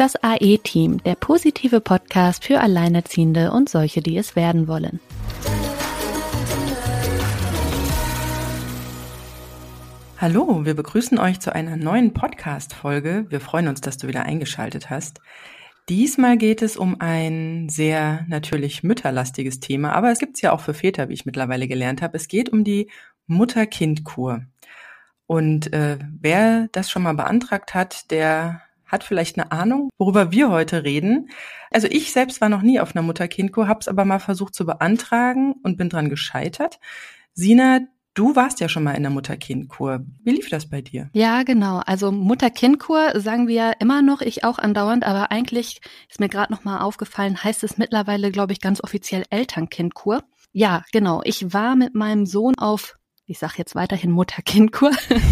Das AE-Team, der positive Podcast für Alleinerziehende und solche, die es werden wollen. Hallo, wir begrüßen euch zu einer neuen Podcast-Folge. Wir freuen uns, dass du wieder eingeschaltet hast. Diesmal geht es um ein sehr natürlich mütterlastiges Thema, aber es gibt es ja auch für Väter, wie ich mittlerweile gelernt habe. Es geht um die Mutter-Kind-Kur. Und wer das schon mal beantragt hat, der hat vielleicht eine Ahnung, worüber wir heute reden. Also ich selbst war noch nie auf einer Mutter-Kind-Kur, habe es aber mal versucht zu beantragen und bin dran gescheitert. Sina, du warst ja schon mal in der Mutter-Kind-Kur. Wie lief das bei dir? Ja, genau. Also Mutter-Kind-Kur sagen wir ja immer noch, ich auch andauernd, aber eigentlich ist mir gerade noch mal aufgefallen, heißt es mittlerweile, glaube ich, ganz offiziell Eltern-Kind-Kur. Ja, genau. Ich war mit meinem Sohn auf, ich sage jetzt weiterhin Mutter-Kind-Kur.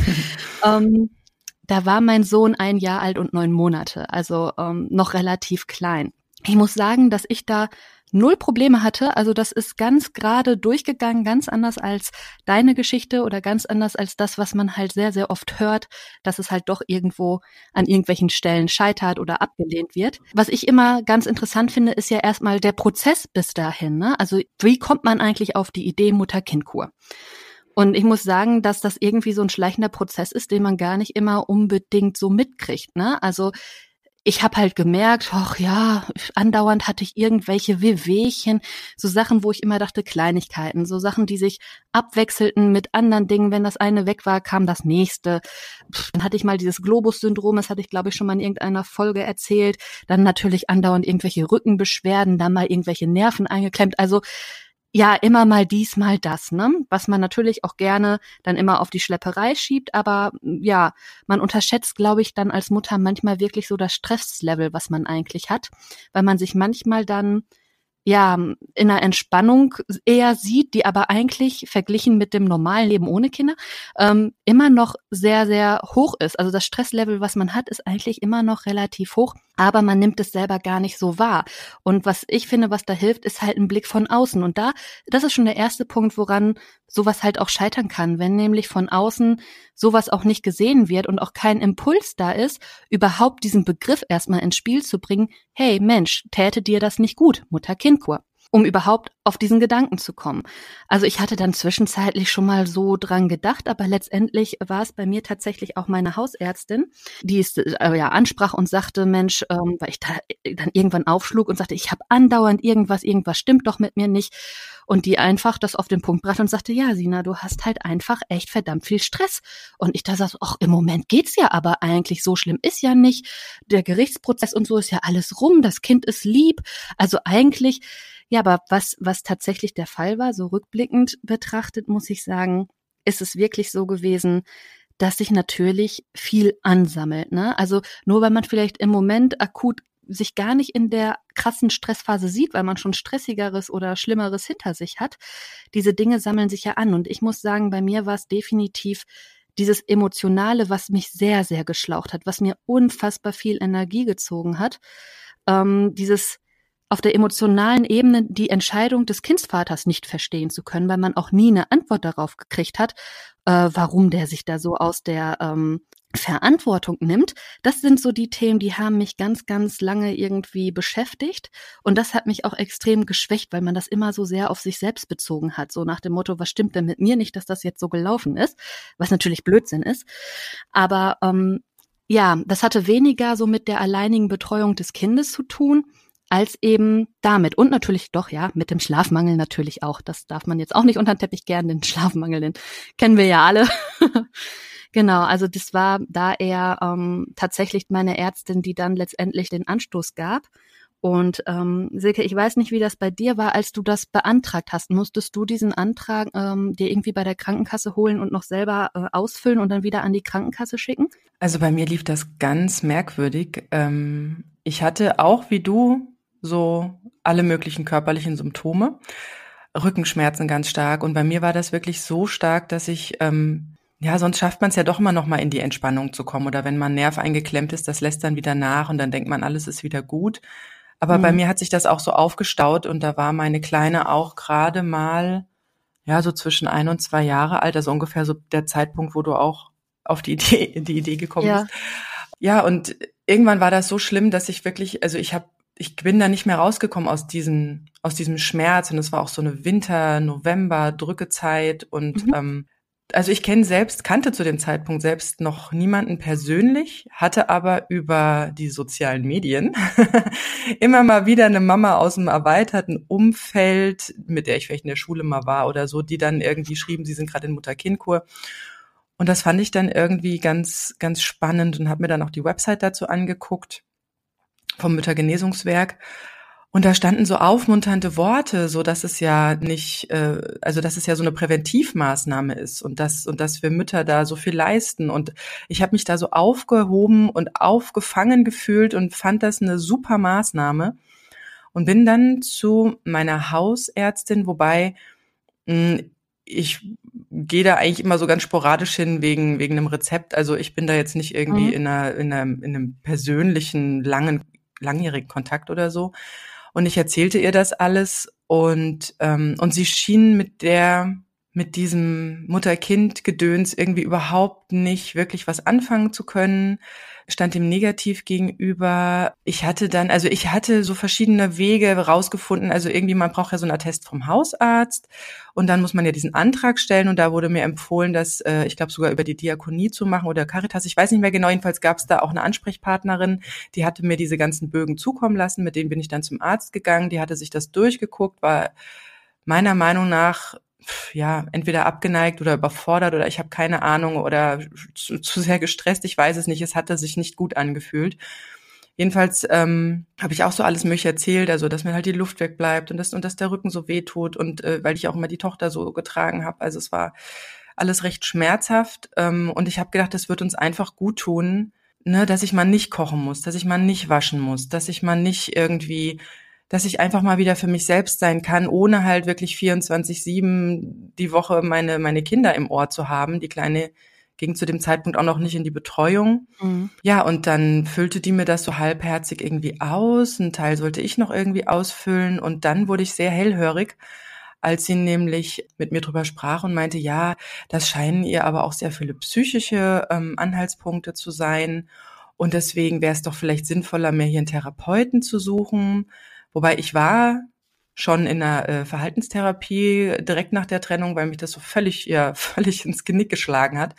Da war mein Sohn 1 Jahr alt und 9 Monate, also noch relativ klein. Ich muss sagen, dass ich da 0 Probleme hatte. Also das ist ganz gerade durchgegangen, ganz anders als deine Geschichte oder ganz anders als das, was man halt sehr, sehr oft hört, dass es halt doch irgendwo an irgendwelchen Stellen scheitert oder abgelehnt wird. Was ich immer ganz interessant finde, ist ja erstmal der Prozess bis dahin, ne? Also wie kommt man eigentlich auf die Idee Mutter-Kind-Kur? Und ich muss sagen, dass das irgendwie so ein schleichender Prozess ist, den man gar nicht immer unbedingt so mitkriegt, ne? Also ich habe halt gemerkt, ach ja, andauernd hatte ich irgendwelche Wehwehchen, so Sachen, wo ich immer dachte, Kleinigkeiten, so Sachen, die sich abwechselten mit anderen Dingen. Wenn das eine weg war, kam das nächste. Dann hatte ich mal dieses Globus-Syndrom, das hatte ich, glaube ich, schon mal in irgendeiner Folge erzählt. Dann natürlich andauernd irgendwelche Rückenbeschwerden, dann mal irgendwelche Nerven eingeklemmt. Also ja, immer mal dies, mal das, ne? Was man natürlich auch gerne dann immer auf die Schlepperei schiebt, aber ja, man unterschätzt, glaube ich, dann als Mutter manchmal wirklich so das Stresslevel, was man eigentlich hat, weil man sich manchmal dann ja in einer Entspannung eher sieht, die aber eigentlich verglichen mit dem normalen Leben ohne Kinder immer noch sehr, sehr hoch ist. Also das Stresslevel, was man hat, ist eigentlich immer noch relativ hoch, aber man nimmt es selber gar nicht so wahr. Und was ich finde, was da hilft, ist halt ein Blick von außen. Und das ist schon der erste Punkt, woran sowas halt auch scheitern kann, wenn nämlich von außen sowas auch nicht gesehen wird und auch kein Impuls da ist, überhaupt diesen Begriff erstmal ins Spiel zu bringen, hey Mensch, täte dir das nicht gut, Mutter-Kind-Kur, um überhaupt auf diesen Gedanken zu kommen. Also ich hatte dann zwischenzeitlich schon mal so dran gedacht, aber letztendlich war es bei mir tatsächlich auch meine Hausärztin, die es ansprach und sagte, Mensch, weil ich da dann irgendwann aufschlug und sagte, ich habe andauernd irgendwas stimmt doch mit mir nicht. Und die einfach das auf den Punkt brachte und sagte, ja, Sina, du hast halt einfach echt verdammt viel Stress. Und ich da sagte, ach, im Moment geht's ja aber eigentlich, so schlimm ist ja nicht. Der Gerichtsprozess und so ist ja alles rum, das Kind ist lieb. Also eigentlich, ja, aber was tatsächlich der Fall war, so rückblickend betrachtet, muss ich sagen, ist es wirklich so gewesen, dass sich natürlich viel ansammelt, ne? Also nur weil man vielleicht im Moment akut sich gar nicht in der krassen Stressphase sieht, weil man schon Stressigeres oder Schlimmeres hinter sich hat. Diese Dinge sammeln sich ja an. Und ich muss sagen, bei mir war es definitiv dieses Emotionale, was mich sehr, sehr geschlaucht hat, was mir unfassbar viel Energie gezogen hat. Dieses auf der emotionalen Ebene die Entscheidung des Kindsvaters nicht verstehen zu können, weil man auch nie eine Antwort darauf gekriegt hat, warum der sich da so aus der Verantwortung nimmt. Das sind so die Themen, die haben mich ganz, ganz lange irgendwie beschäftigt. Und das hat mich auch extrem geschwächt, weil man das immer so sehr auf sich selbst bezogen hat. So nach dem Motto, was stimmt denn mit mir nicht, dass das jetzt so gelaufen ist? Was natürlich Blödsinn ist. Aber ja, das hatte weniger so mit der alleinigen Betreuung des Kindes zu tun, als eben damit. Und natürlich doch, ja, mit dem Schlafmangel natürlich auch. Das darf man jetzt auch nicht unter den Teppich kehren, den Schlafmangel, den kennen wir ja alle. Genau, also das war da eher tatsächlich meine Ärztin, die dann letztendlich den Anstoß gab. Und Silke, ich weiß nicht, wie das bei dir war, als du das beantragt hast. Musstest du diesen Antrag dir irgendwie bei der Krankenkasse holen und noch selber ausfüllen und dann wieder an die Krankenkasse schicken? Also bei mir lief das ganz merkwürdig. Ich hatte auch wie du so alle möglichen körperlichen Symptome, Rückenschmerzen ganz stark. Und bei mir war das wirklich so stark, dass ich, sonst schafft man es ja doch immer noch mal in die Entspannung zu kommen. Oder wenn man Nerv eingeklemmt ist, das lässt dann wieder nach und dann denkt man, alles ist wieder gut. Aber bei mir hat sich das auch so aufgestaut und da war meine Kleine auch gerade mal, ja, so zwischen 1 und 2 Jahre alt, also ungefähr so der Zeitpunkt, wo du auch auf die Idee gekommen bist. Ja, und irgendwann war das so schlimm, dass ich wirklich, also ich bin da nicht mehr rausgekommen aus diesem Schmerz, und es war auch so eine November-Drückezeit, und also ich kannte zu dem Zeitpunkt selbst noch niemanden persönlich, hatte aber über die sozialen Medien immer mal wieder eine Mama aus dem erweiterten Umfeld, mit der ich vielleicht in der Schule mal war oder so, die dann irgendwie schrieben, sie sind gerade in Mutter-Kind-Kur. Und das fand ich dann irgendwie ganz, ganz spannend und habe mir dann auch die Website dazu angeguckt vom Müttergenesungswerk. Und da standen so aufmunternde Worte, so dass es ja nicht, also dass es ja so eine Präventivmaßnahme ist und dass wir Mütter da so viel leisten. Und ich habe mich da so aufgehoben und aufgefangen gefühlt und fand das eine super Maßnahme und bin dann zu meiner Hausärztin, wobei ich gehe da eigentlich immer so ganz sporadisch hin wegen einem Rezept. Also ich bin da jetzt nicht irgendwie in einem persönlichen langjährigen Kontakt oder so. Und ich erzählte ihr das alles und sie schien mit diesem Mutter-Kind-Gedöns irgendwie überhaupt nicht wirklich was anfangen zu können, stand dem negativ gegenüber. Ich hatte so verschiedene Wege rausgefunden. Also irgendwie, man braucht ja so einen Attest vom Hausarzt und dann muss man ja diesen Antrag stellen, und da wurde mir empfohlen, das, ich glaube, sogar über die Diakonie zu machen oder Caritas. Ich weiß nicht mehr genau, jedenfalls gab es da auch eine Ansprechpartnerin, die hatte mir diese ganzen Bögen zukommen lassen, mit denen bin ich dann zum Arzt gegangen, die hatte sich das durchgeguckt, war meiner Meinung nach ja, entweder abgeneigt oder überfordert oder ich habe keine Ahnung oder zu sehr gestresst, ich weiß es nicht, es hatte sich nicht gut angefühlt. Jedenfalls habe ich auch so alles Mögliche erzählt, also dass mir halt die Luft wegbleibt und dass der Rücken so weh tut und weil ich auch immer die Tochter so getragen habe, also es war alles recht schmerzhaft und ich habe gedacht, das wird uns einfach gut tun, ne, dass ich mal nicht kochen muss, dass ich mal nicht waschen muss, dass ich einfach mal wieder für mich selbst sein kann, ohne halt wirklich 24/7 die Woche meine Kinder im Ohr zu haben. Die Kleine ging zu dem Zeitpunkt auch noch nicht in die Betreuung. Ja, und dann füllte die mir das so halbherzig irgendwie aus. Ein Teil sollte ich noch irgendwie ausfüllen. Und dann wurde ich sehr hellhörig, als sie nämlich mit mir drüber sprach und meinte, ja, das scheinen ihr aber auch sehr viele psychische Anhaltspunkte zu sein. Und deswegen wäre es doch vielleicht sinnvoller, mir hier einen Therapeuten zu suchen. Wobei ich war schon in einer Verhaltenstherapie direkt nach der Trennung, weil mich das so völlig ins Genick geschlagen hat.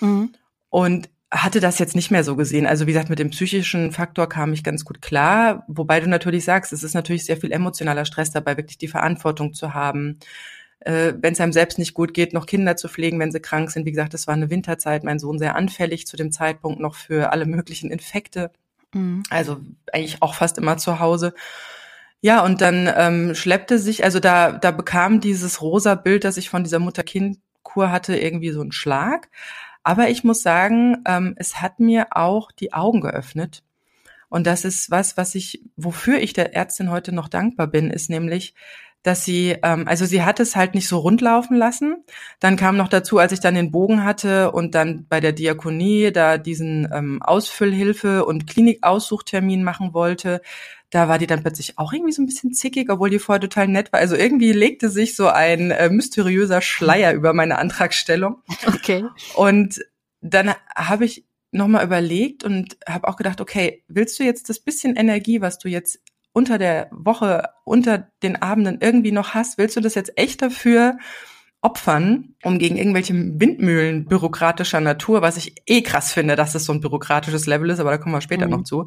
Und hatte das jetzt nicht mehr so gesehen. Also wie gesagt, mit dem psychischen Faktor kam ich ganz gut klar. Wobei du natürlich sagst, es ist natürlich sehr viel emotionaler Stress dabei, wirklich die Verantwortung zu haben. Wenn es einem selbst nicht gut geht, noch Kinder zu pflegen, wenn sie krank sind. Wie gesagt, das war eine Winterzeit, mein Sohn sehr anfällig zu dem Zeitpunkt noch für alle möglichen Infekte. Also eigentlich auch fast immer zu Hause. Ja, und dann schleppte sich, also da bekam dieses rosa Bild, das ich von dieser Mutter-Kind-Kur hatte, irgendwie so einen Schlag. Aber ich muss sagen, es hat mir auch die Augen geöffnet. Und das ist wofür ich der Ärztin heute noch dankbar bin, ist nämlich, dass sie hat es halt nicht so rund laufen lassen. Dann kam noch dazu, als ich dann den Bogen hatte und dann bei der Diakonie da diesen Ausfüllhilfe- und Klinikaussuchtermin machen wollte, da war die dann plötzlich auch irgendwie so ein bisschen zickig, obwohl die vorher total nett war. Also irgendwie legte sich so ein mysteriöser Schleier über meine Antragstellung. Okay. Und dann habe ich nochmal überlegt und habe auch gedacht, okay, willst du jetzt das bisschen Energie, was du jetzt unter der Woche, unter den Abenden irgendwie noch hast, willst du das jetzt echt dafür opfern, um gegen irgendwelche Windmühlen bürokratischer Natur, was ich krass finde, dass das so ein bürokratisches Level ist, aber da kommen wir später noch zu.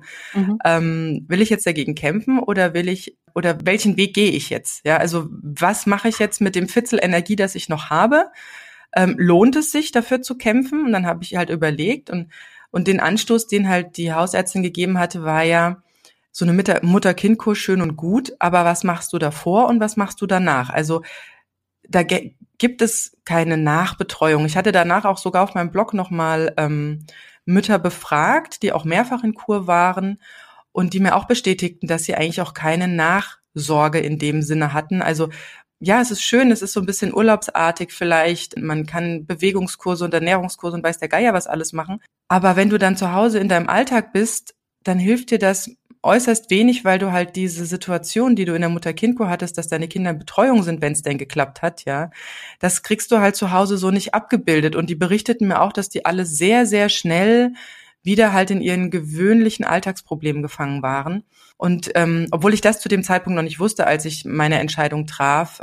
Will ich jetzt dagegen kämpfen oder welchen Weg gehe ich jetzt? Ja, also was mache ich jetzt mit dem Fitzel Energie, das ich noch habe? Lohnt es sich, dafür zu kämpfen? Und dann habe ich halt überlegt und den Anstoß, den halt die Hausärztin gegeben hatte, war ja so eine Mutter-Kind-Kur schön und gut, aber was machst du davor und was machst du danach? Also da gibt es keine Nachbetreuung. Ich hatte danach auch sogar auf meinem Blog nochmal Mütter befragt, die auch mehrfach in Kur waren und die mir auch bestätigten, dass sie eigentlich auch keine Nachsorge in dem Sinne hatten. Also ja, es ist schön, es ist so ein bisschen urlaubsartig vielleicht. Man kann Bewegungskurse und Ernährungskurse und weiß der Geier was alles machen. Aber wenn du dann zu Hause in deinem Alltag bist, dann hilft dir das äußerst wenig, weil du halt diese Situation, die du in der Mutter-Kind-Kur hattest, dass deine Kinder in Betreuung sind, wenn es denn geklappt hat, ja, das kriegst du halt zu Hause so nicht abgebildet. Und die berichteten mir auch, dass die alle sehr, sehr schnell wieder halt in ihren gewöhnlichen Alltagsproblemen gefangen waren. Und obwohl ich das zu dem Zeitpunkt noch nicht wusste, als ich meine Entscheidung traf,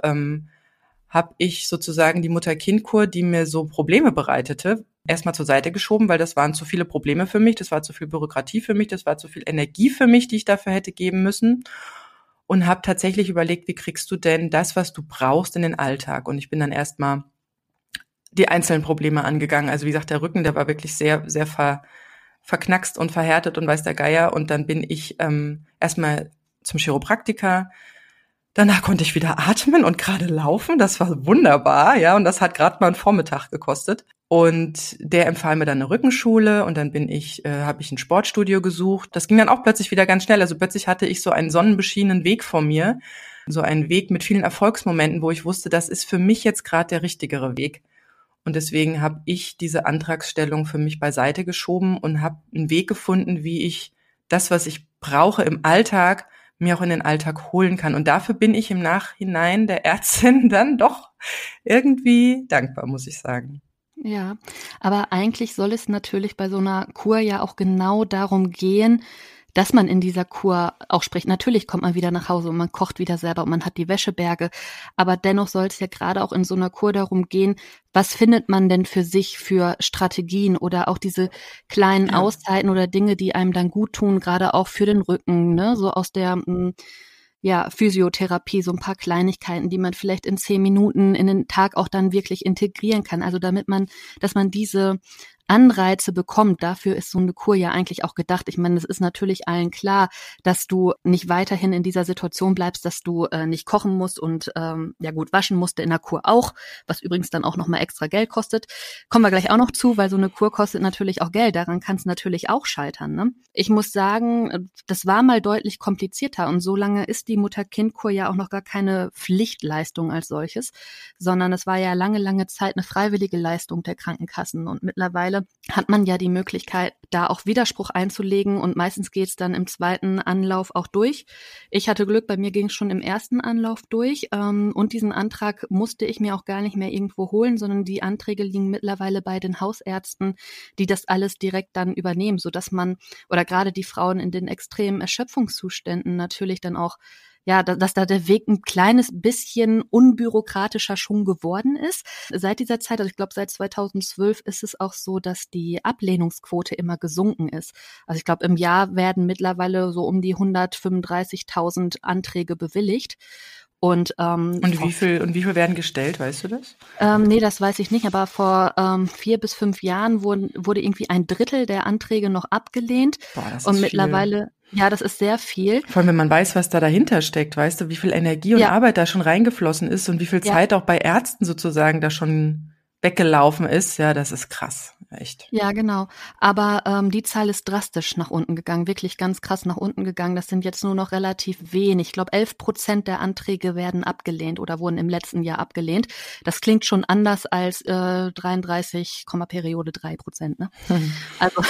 habe ich sozusagen die Mutter-Kind-Kur, die mir so Probleme bereitete, erstmal zur Seite geschoben, weil das waren zu viele Probleme für mich, das war zu viel Bürokratie für mich, das war zu viel Energie für mich, die ich dafür hätte geben müssen. Und habe tatsächlich überlegt, wie kriegst du denn das, was du brauchst, in den Alltag? Und ich bin dann erstmal die einzelnen Probleme angegangen. Also wie gesagt, der Rücken, der war wirklich sehr, sehr verknackst und verhärtet und weiß der Geier. Und dann bin ich erstmal zum Chiropraktiker. Danach konnte ich wieder atmen und gerade laufen. Das war wunderbar, ja. Und das hat gerade mal einen Vormittag gekostet. Und der empfahl mir dann eine Rückenschule. Und dann habe ich ein Sportstudio gesucht. Das ging dann auch plötzlich wieder ganz schnell. Also plötzlich hatte ich so einen sonnenbeschienenen Weg vor mir. So einen Weg mit vielen Erfolgsmomenten, wo ich wusste, das ist für mich jetzt gerade der richtigere Weg. Und deswegen habe ich diese Antragsstellung für mich beiseite geschoben und habe einen Weg gefunden, wie ich das, was ich brauche im Alltag, mir auch in den Alltag holen kann. Und dafür bin ich im Nachhinein der Ärztin dann doch irgendwie dankbar, muss ich sagen. Ja, aber eigentlich soll es natürlich bei so einer Kur ja auch genau darum gehen, dass man in dieser Kur auch spricht. Natürlich kommt man wieder nach Hause und man kocht wieder selber und man hat die Wäscheberge. Aber dennoch soll es ja gerade auch in so einer Kur darum gehen, was findet man denn für sich für Strategien oder auch diese kleinen Auszeiten oder Dinge, die einem dann gut tun, gerade auch für den Rücken, ne? So aus der Physiotherapie, so ein paar Kleinigkeiten, die man vielleicht in 10 Minuten in den Tag auch dann wirklich integrieren kann. Also dass man diese Anreize bekommt. Dafür ist so eine Kur ja eigentlich auch gedacht. Ich meine, es ist natürlich allen klar, dass du nicht weiterhin in dieser Situation bleibst, dass du nicht kochen musst und waschen musst in der Kur auch, was übrigens dann auch nochmal extra Geld kostet. Kommen wir gleich auch noch zu, weil so eine Kur kostet natürlich auch Geld. Daran kann es natürlich auch scheitern. Ne? Ich muss sagen, das war mal deutlich komplizierter und so lange ist die Mutter-Kind-Kur ja auch noch gar keine Pflichtleistung als solches, sondern es war ja lange, lange Zeit eine freiwillige Leistung der Krankenkassen und mittlerweile hat man ja die Möglichkeit, da auch Widerspruch einzulegen und meistens geht's dann im zweiten Anlauf auch durch. Ich hatte Glück, bei mir ging es schon im ersten Anlauf durch und diesen Antrag musste ich mir auch gar nicht mehr irgendwo holen, sondern die Anträge liegen mittlerweile bei den Hausärzten, die das alles direkt dann übernehmen, sodass man oder gerade die Frauen in den extremen Erschöpfungszuständen natürlich dann auch dass da der Weg ein kleines bisschen unbürokratischer schon geworden ist. Seit dieser Zeit, also ich glaube seit 2012 ist es auch so, dass die Ablehnungsquote immer gesunken ist. Also ich glaube im Jahr werden mittlerweile so um die 135.000 Anträge bewilligt. Und wie viel werden gestellt, weißt du das? Nee, das weiß ich nicht, aber vor 4 bis 5 Jahren wurde irgendwie 1/3 der Anträge noch abgelehnt. Boah, das ist und viel. Mittlerweile, ja, das ist sehr viel. Vor allem, wenn man weiß, was da dahinter steckt, weißt du, wie viel Energie und Arbeit da schon reingeflossen ist und wie viel Zeit auch bei Ärzten sozusagen da schon weggelaufen ist, ja, das ist krass, echt. Ja, genau. Aber die Zahl ist drastisch nach unten gegangen, wirklich ganz krass nach unten gegangen. Das sind jetzt nur noch relativ wenig. Ich glaube, 11% der Anträge werden abgelehnt oder wurden im letzten Jahr abgelehnt. Das klingt schon anders als 33, Periode 3%. Ne? Also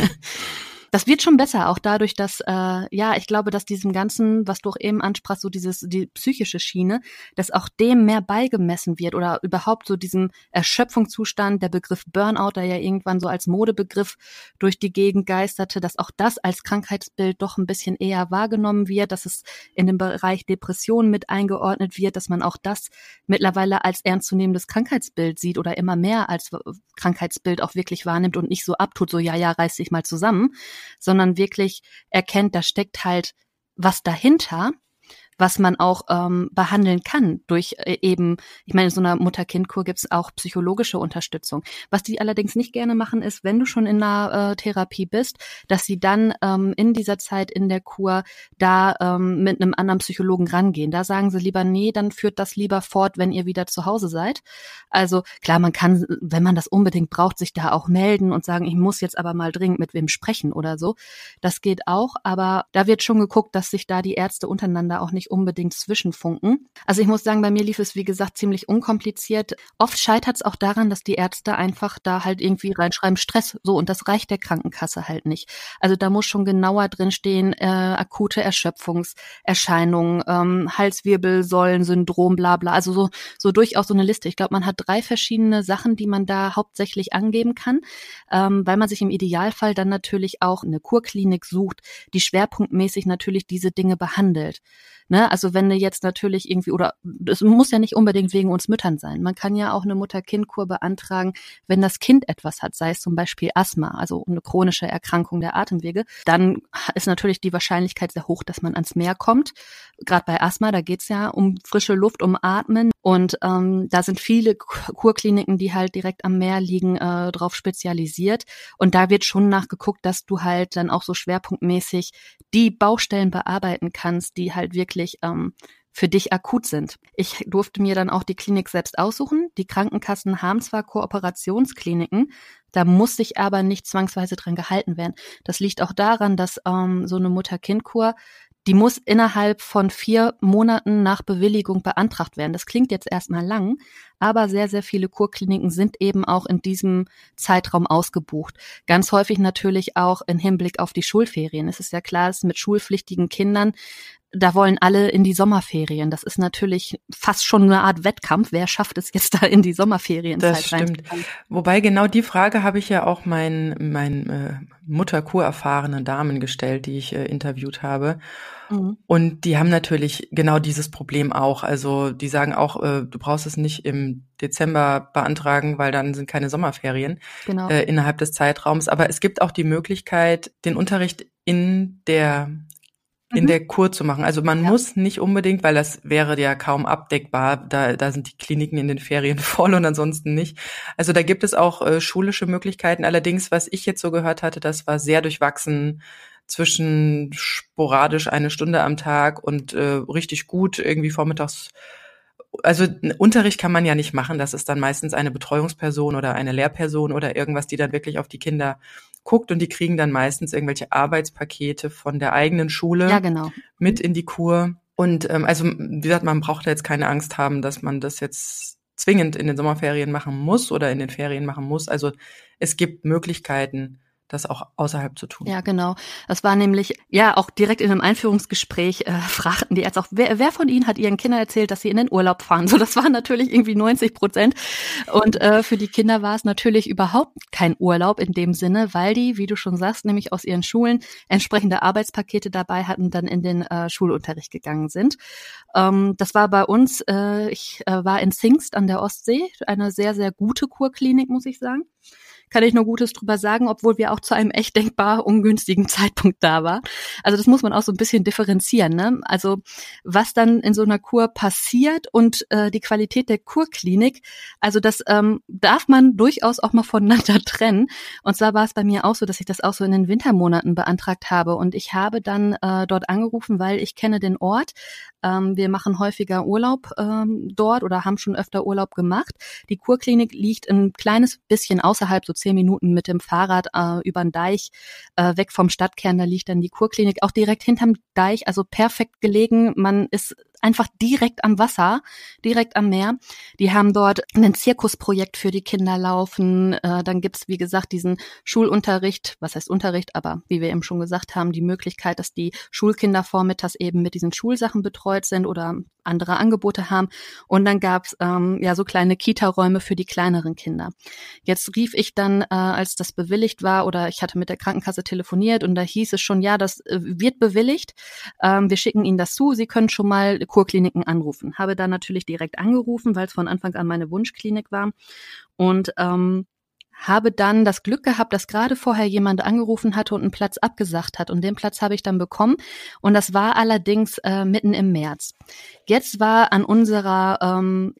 das wird schon besser, auch dadurch, dass, ich glaube, dass diesem Ganzen, was du auch eben ansprachst, so die psychische Schiene, dass auch dem mehr beigemessen wird oder überhaupt so diesem Erschöpfungszustand, der Begriff Burnout, der ja irgendwann so als Modebegriff durch die Gegend geisterte, dass auch das als Krankheitsbild doch ein bisschen eher wahrgenommen wird, dass es in den Bereich Depression mit eingeordnet wird, dass man auch das mittlerweile als ernstzunehmendes Krankheitsbild sieht oder immer mehr als Krankheitsbild auch wirklich wahrnimmt und nicht so abtut, so reiß dich mal zusammen, sondern wirklich erkennt, da steckt halt was dahinter, was man auch behandeln kann durch eben, ich meine, in so einer Mutter-Kind-Kur gibt es auch psychologische Unterstützung. Was die allerdings nicht gerne machen, ist, wenn du schon in einer Therapie bist, dass sie dann in dieser Zeit in der Kur da mit einem anderen Psychologen rangehen. Da sagen sie lieber, nee, dann führt das lieber fort, wenn ihr wieder zu Hause seid. Also klar, man kann, wenn man das unbedingt braucht, sich da auch melden und sagen, ich muss jetzt aber mal dringend mit wem sprechen oder so. Das geht auch, aber da wird schon geguckt, dass sich da die Ärzte untereinander auch nicht unbedingt zwischenfunken. Also ich muss sagen, bei mir lief es, wie gesagt, ziemlich unkompliziert. Oft scheitert es auch daran, dass die Ärzte einfach da halt irgendwie reinschreiben, Stress, so, und das reicht der Krankenkasse halt nicht. Also da muss schon genauer drinstehen, akute Erschöpfungserscheinungen, Halswirbelsäulensyndrom, bla bla, also so durchaus so eine Liste. Ich glaube, man hat 3 verschiedene Sachen, die man da hauptsächlich angeben kann, weil man sich im Idealfall dann natürlich auch eine Kurklinik sucht, die schwerpunktmäßig natürlich diese Dinge behandelt. Ne? Also wenn du jetzt natürlich irgendwie, oder es muss ja nicht unbedingt wegen uns Müttern sein. Man kann ja auch eine Mutter-Kind-Kur beantragen, wenn das Kind etwas hat, sei es zum Beispiel Asthma, also eine chronische Erkrankung der Atemwege. Dann ist natürlich die Wahrscheinlichkeit sehr hoch, dass man ans Meer kommt. Gerade bei Asthma, da geht's ja um frische Luft, um Atmen. Und da sind viele Kurkliniken, die halt direkt am Meer liegen, drauf spezialisiert. Und da wird schon nachgeguckt, dass du halt dann auch so schwerpunktmäßig die Baustellen bearbeiten kannst, die halt wirklich für dich akut sind. Ich durfte mir dann auch die Klinik selbst aussuchen. Die Krankenkassen haben zwar Kooperationskliniken, da muss sich aber nicht zwangsweise dran gehalten werden. Das liegt auch daran, dass so eine Mutter-Kind-Kur, die muss innerhalb von 4 Monaten nach Bewilligung beantragt werden. Das klingt jetzt erstmal lang, aber sehr, sehr viele Kurkliniken sind eben auch in diesem Zeitraum ausgebucht. Ganz häufig natürlich auch im Hinblick auf die Schulferien. Es ist ja klar, dass mit schulpflichtigen Kindern, da wollen alle in die Sommerferien. Das ist natürlich fast schon eine Art Wettkampf. Wer schafft es jetzt da in die Sommerferienzeit Das stimmt. Wobei genau die Frage habe ich ja auch meinen Mutterkur erfahrenen Damen gestellt, die ich interviewt habe. Mhm. Und die haben natürlich genau dieses Problem auch. Also die sagen auch, du brauchst es nicht im Dezember beantragen, weil dann sind keine Sommerferien innerhalb des Zeitraums. Aber es gibt auch die Möglichkeit, den Unterricht in der Kur zu machen. Also man muss nicht unbedingt, weil das wäre ja kaum abdeckbar, da sind die Kliniken in den Ferien voll und ansonsten nicht. Also da gibt es auch schulische Möglichkeiten. Allerdings, was ich jetzt so gehört hatte, das war sehr durchwachsen, zwischen sporadisch 1 Stunde am Tag und richtig gut irgendwie vormittags. Also Unterricht kann man ja nicht machen, das ist dann meistens eine Betreuungsperson oder eine Lehrperson oder irgendwas, die dann wirklich auf die Kinder guckt, und die kriegen dann meistens irgendwelche Arbeitspakete von der eigenen Schule mit in die Kur. Und also wie gesagt, man braucht da jetzt keine Angst haben, dass man das jetzt zwingend in den Sommerferien machen muss oder in den Ferien machen muss. Also es gibt Möglichkeiten, das auch außerhalb zu tun. Ja, genau. Das war nämlich, ja, auch direkt in einem Einführungsgespräch fragten die Ärzte auch, wer von Ihnen hat Ihren Kindern erzählt, dass sie in den Urlaub fahren? So, das waren natürlich irgendwie 90%. Und für die Kinder war es natürlich überhaupt kein Urlaub in dem Sinne, weil die, wie du schon sagst, nämlich aus ihren Schulen entsprechende Arbeitspakete dabei hatten, dann in den Schulunterricht gegangen sind. Das war bei uns, ich war in Zingst an der Ostsee, eine sehr, sehr gute Kurklinik, muss ich sagen. Kann ich nur Gutes drüber sagen, obwohl wir auch zu einem echt denkbar ungünstigen Zeitpunkt da waren. Also das muss man auch so ein bisschen differenzieren, ne? Also was dann in so einer Kur passiert und die Qualität der Kurklinik, also das darf man durchaus auch mal voneinander trennen. Und zwar war es bei mir auch so, dass ich das auch so in den Wintermonaten beantragt habe. Und ich habe dann dort angerufen, weil ich kenne den Ort. Wir machen häufiger Urlaub dort oder haben schon öfter Urlaub gemacht. Die Kurklinik liegt ein kleines bisschen außerhalb, so 10 Minuten mit dem Fahrrad über den Deich weg vom Stadtkern. Da liegt dann die Kurklinik auch direkt hinterm Deich, also perfekt gelegen. Man ist einfach direkt am Wasser, direkt am Meer. Die haben dort ein Zirkusprojekt für die Kinder laufen. Dann gibt's, wie gesagt, diesen Schulunterricht, was heißt Unterricht, aber wie wir eben schon gesagt haben, die Möglichkeit, dass die Schulkinder vormittags eben mit diesen Schulsachen betreut sind oder andere Angebote haben. Und dann gab's ja so kleine Kita-Räume für die kleineren Kinder. Jetzt rief ich dann, als das bewilligt war, oder ich hatte mit der Krankenkasse telefoniert und da hieß es schon, ja, das wird bewilligt. Wir schicken Ihnen das zu. Sie können schon mal Kurkliniken anrufen. Habe dann natürlich direkt angerufen, weil es von Anfang an meine Wunschklinik war. Und habe dann das Glück gehabt, dass gerade vorher jemand angerufen hatte und einen Platz abgesagt hat. Und den Platz habe ich dann bekommen. Und das war allerdings mitten im März. Jetzt war an unserer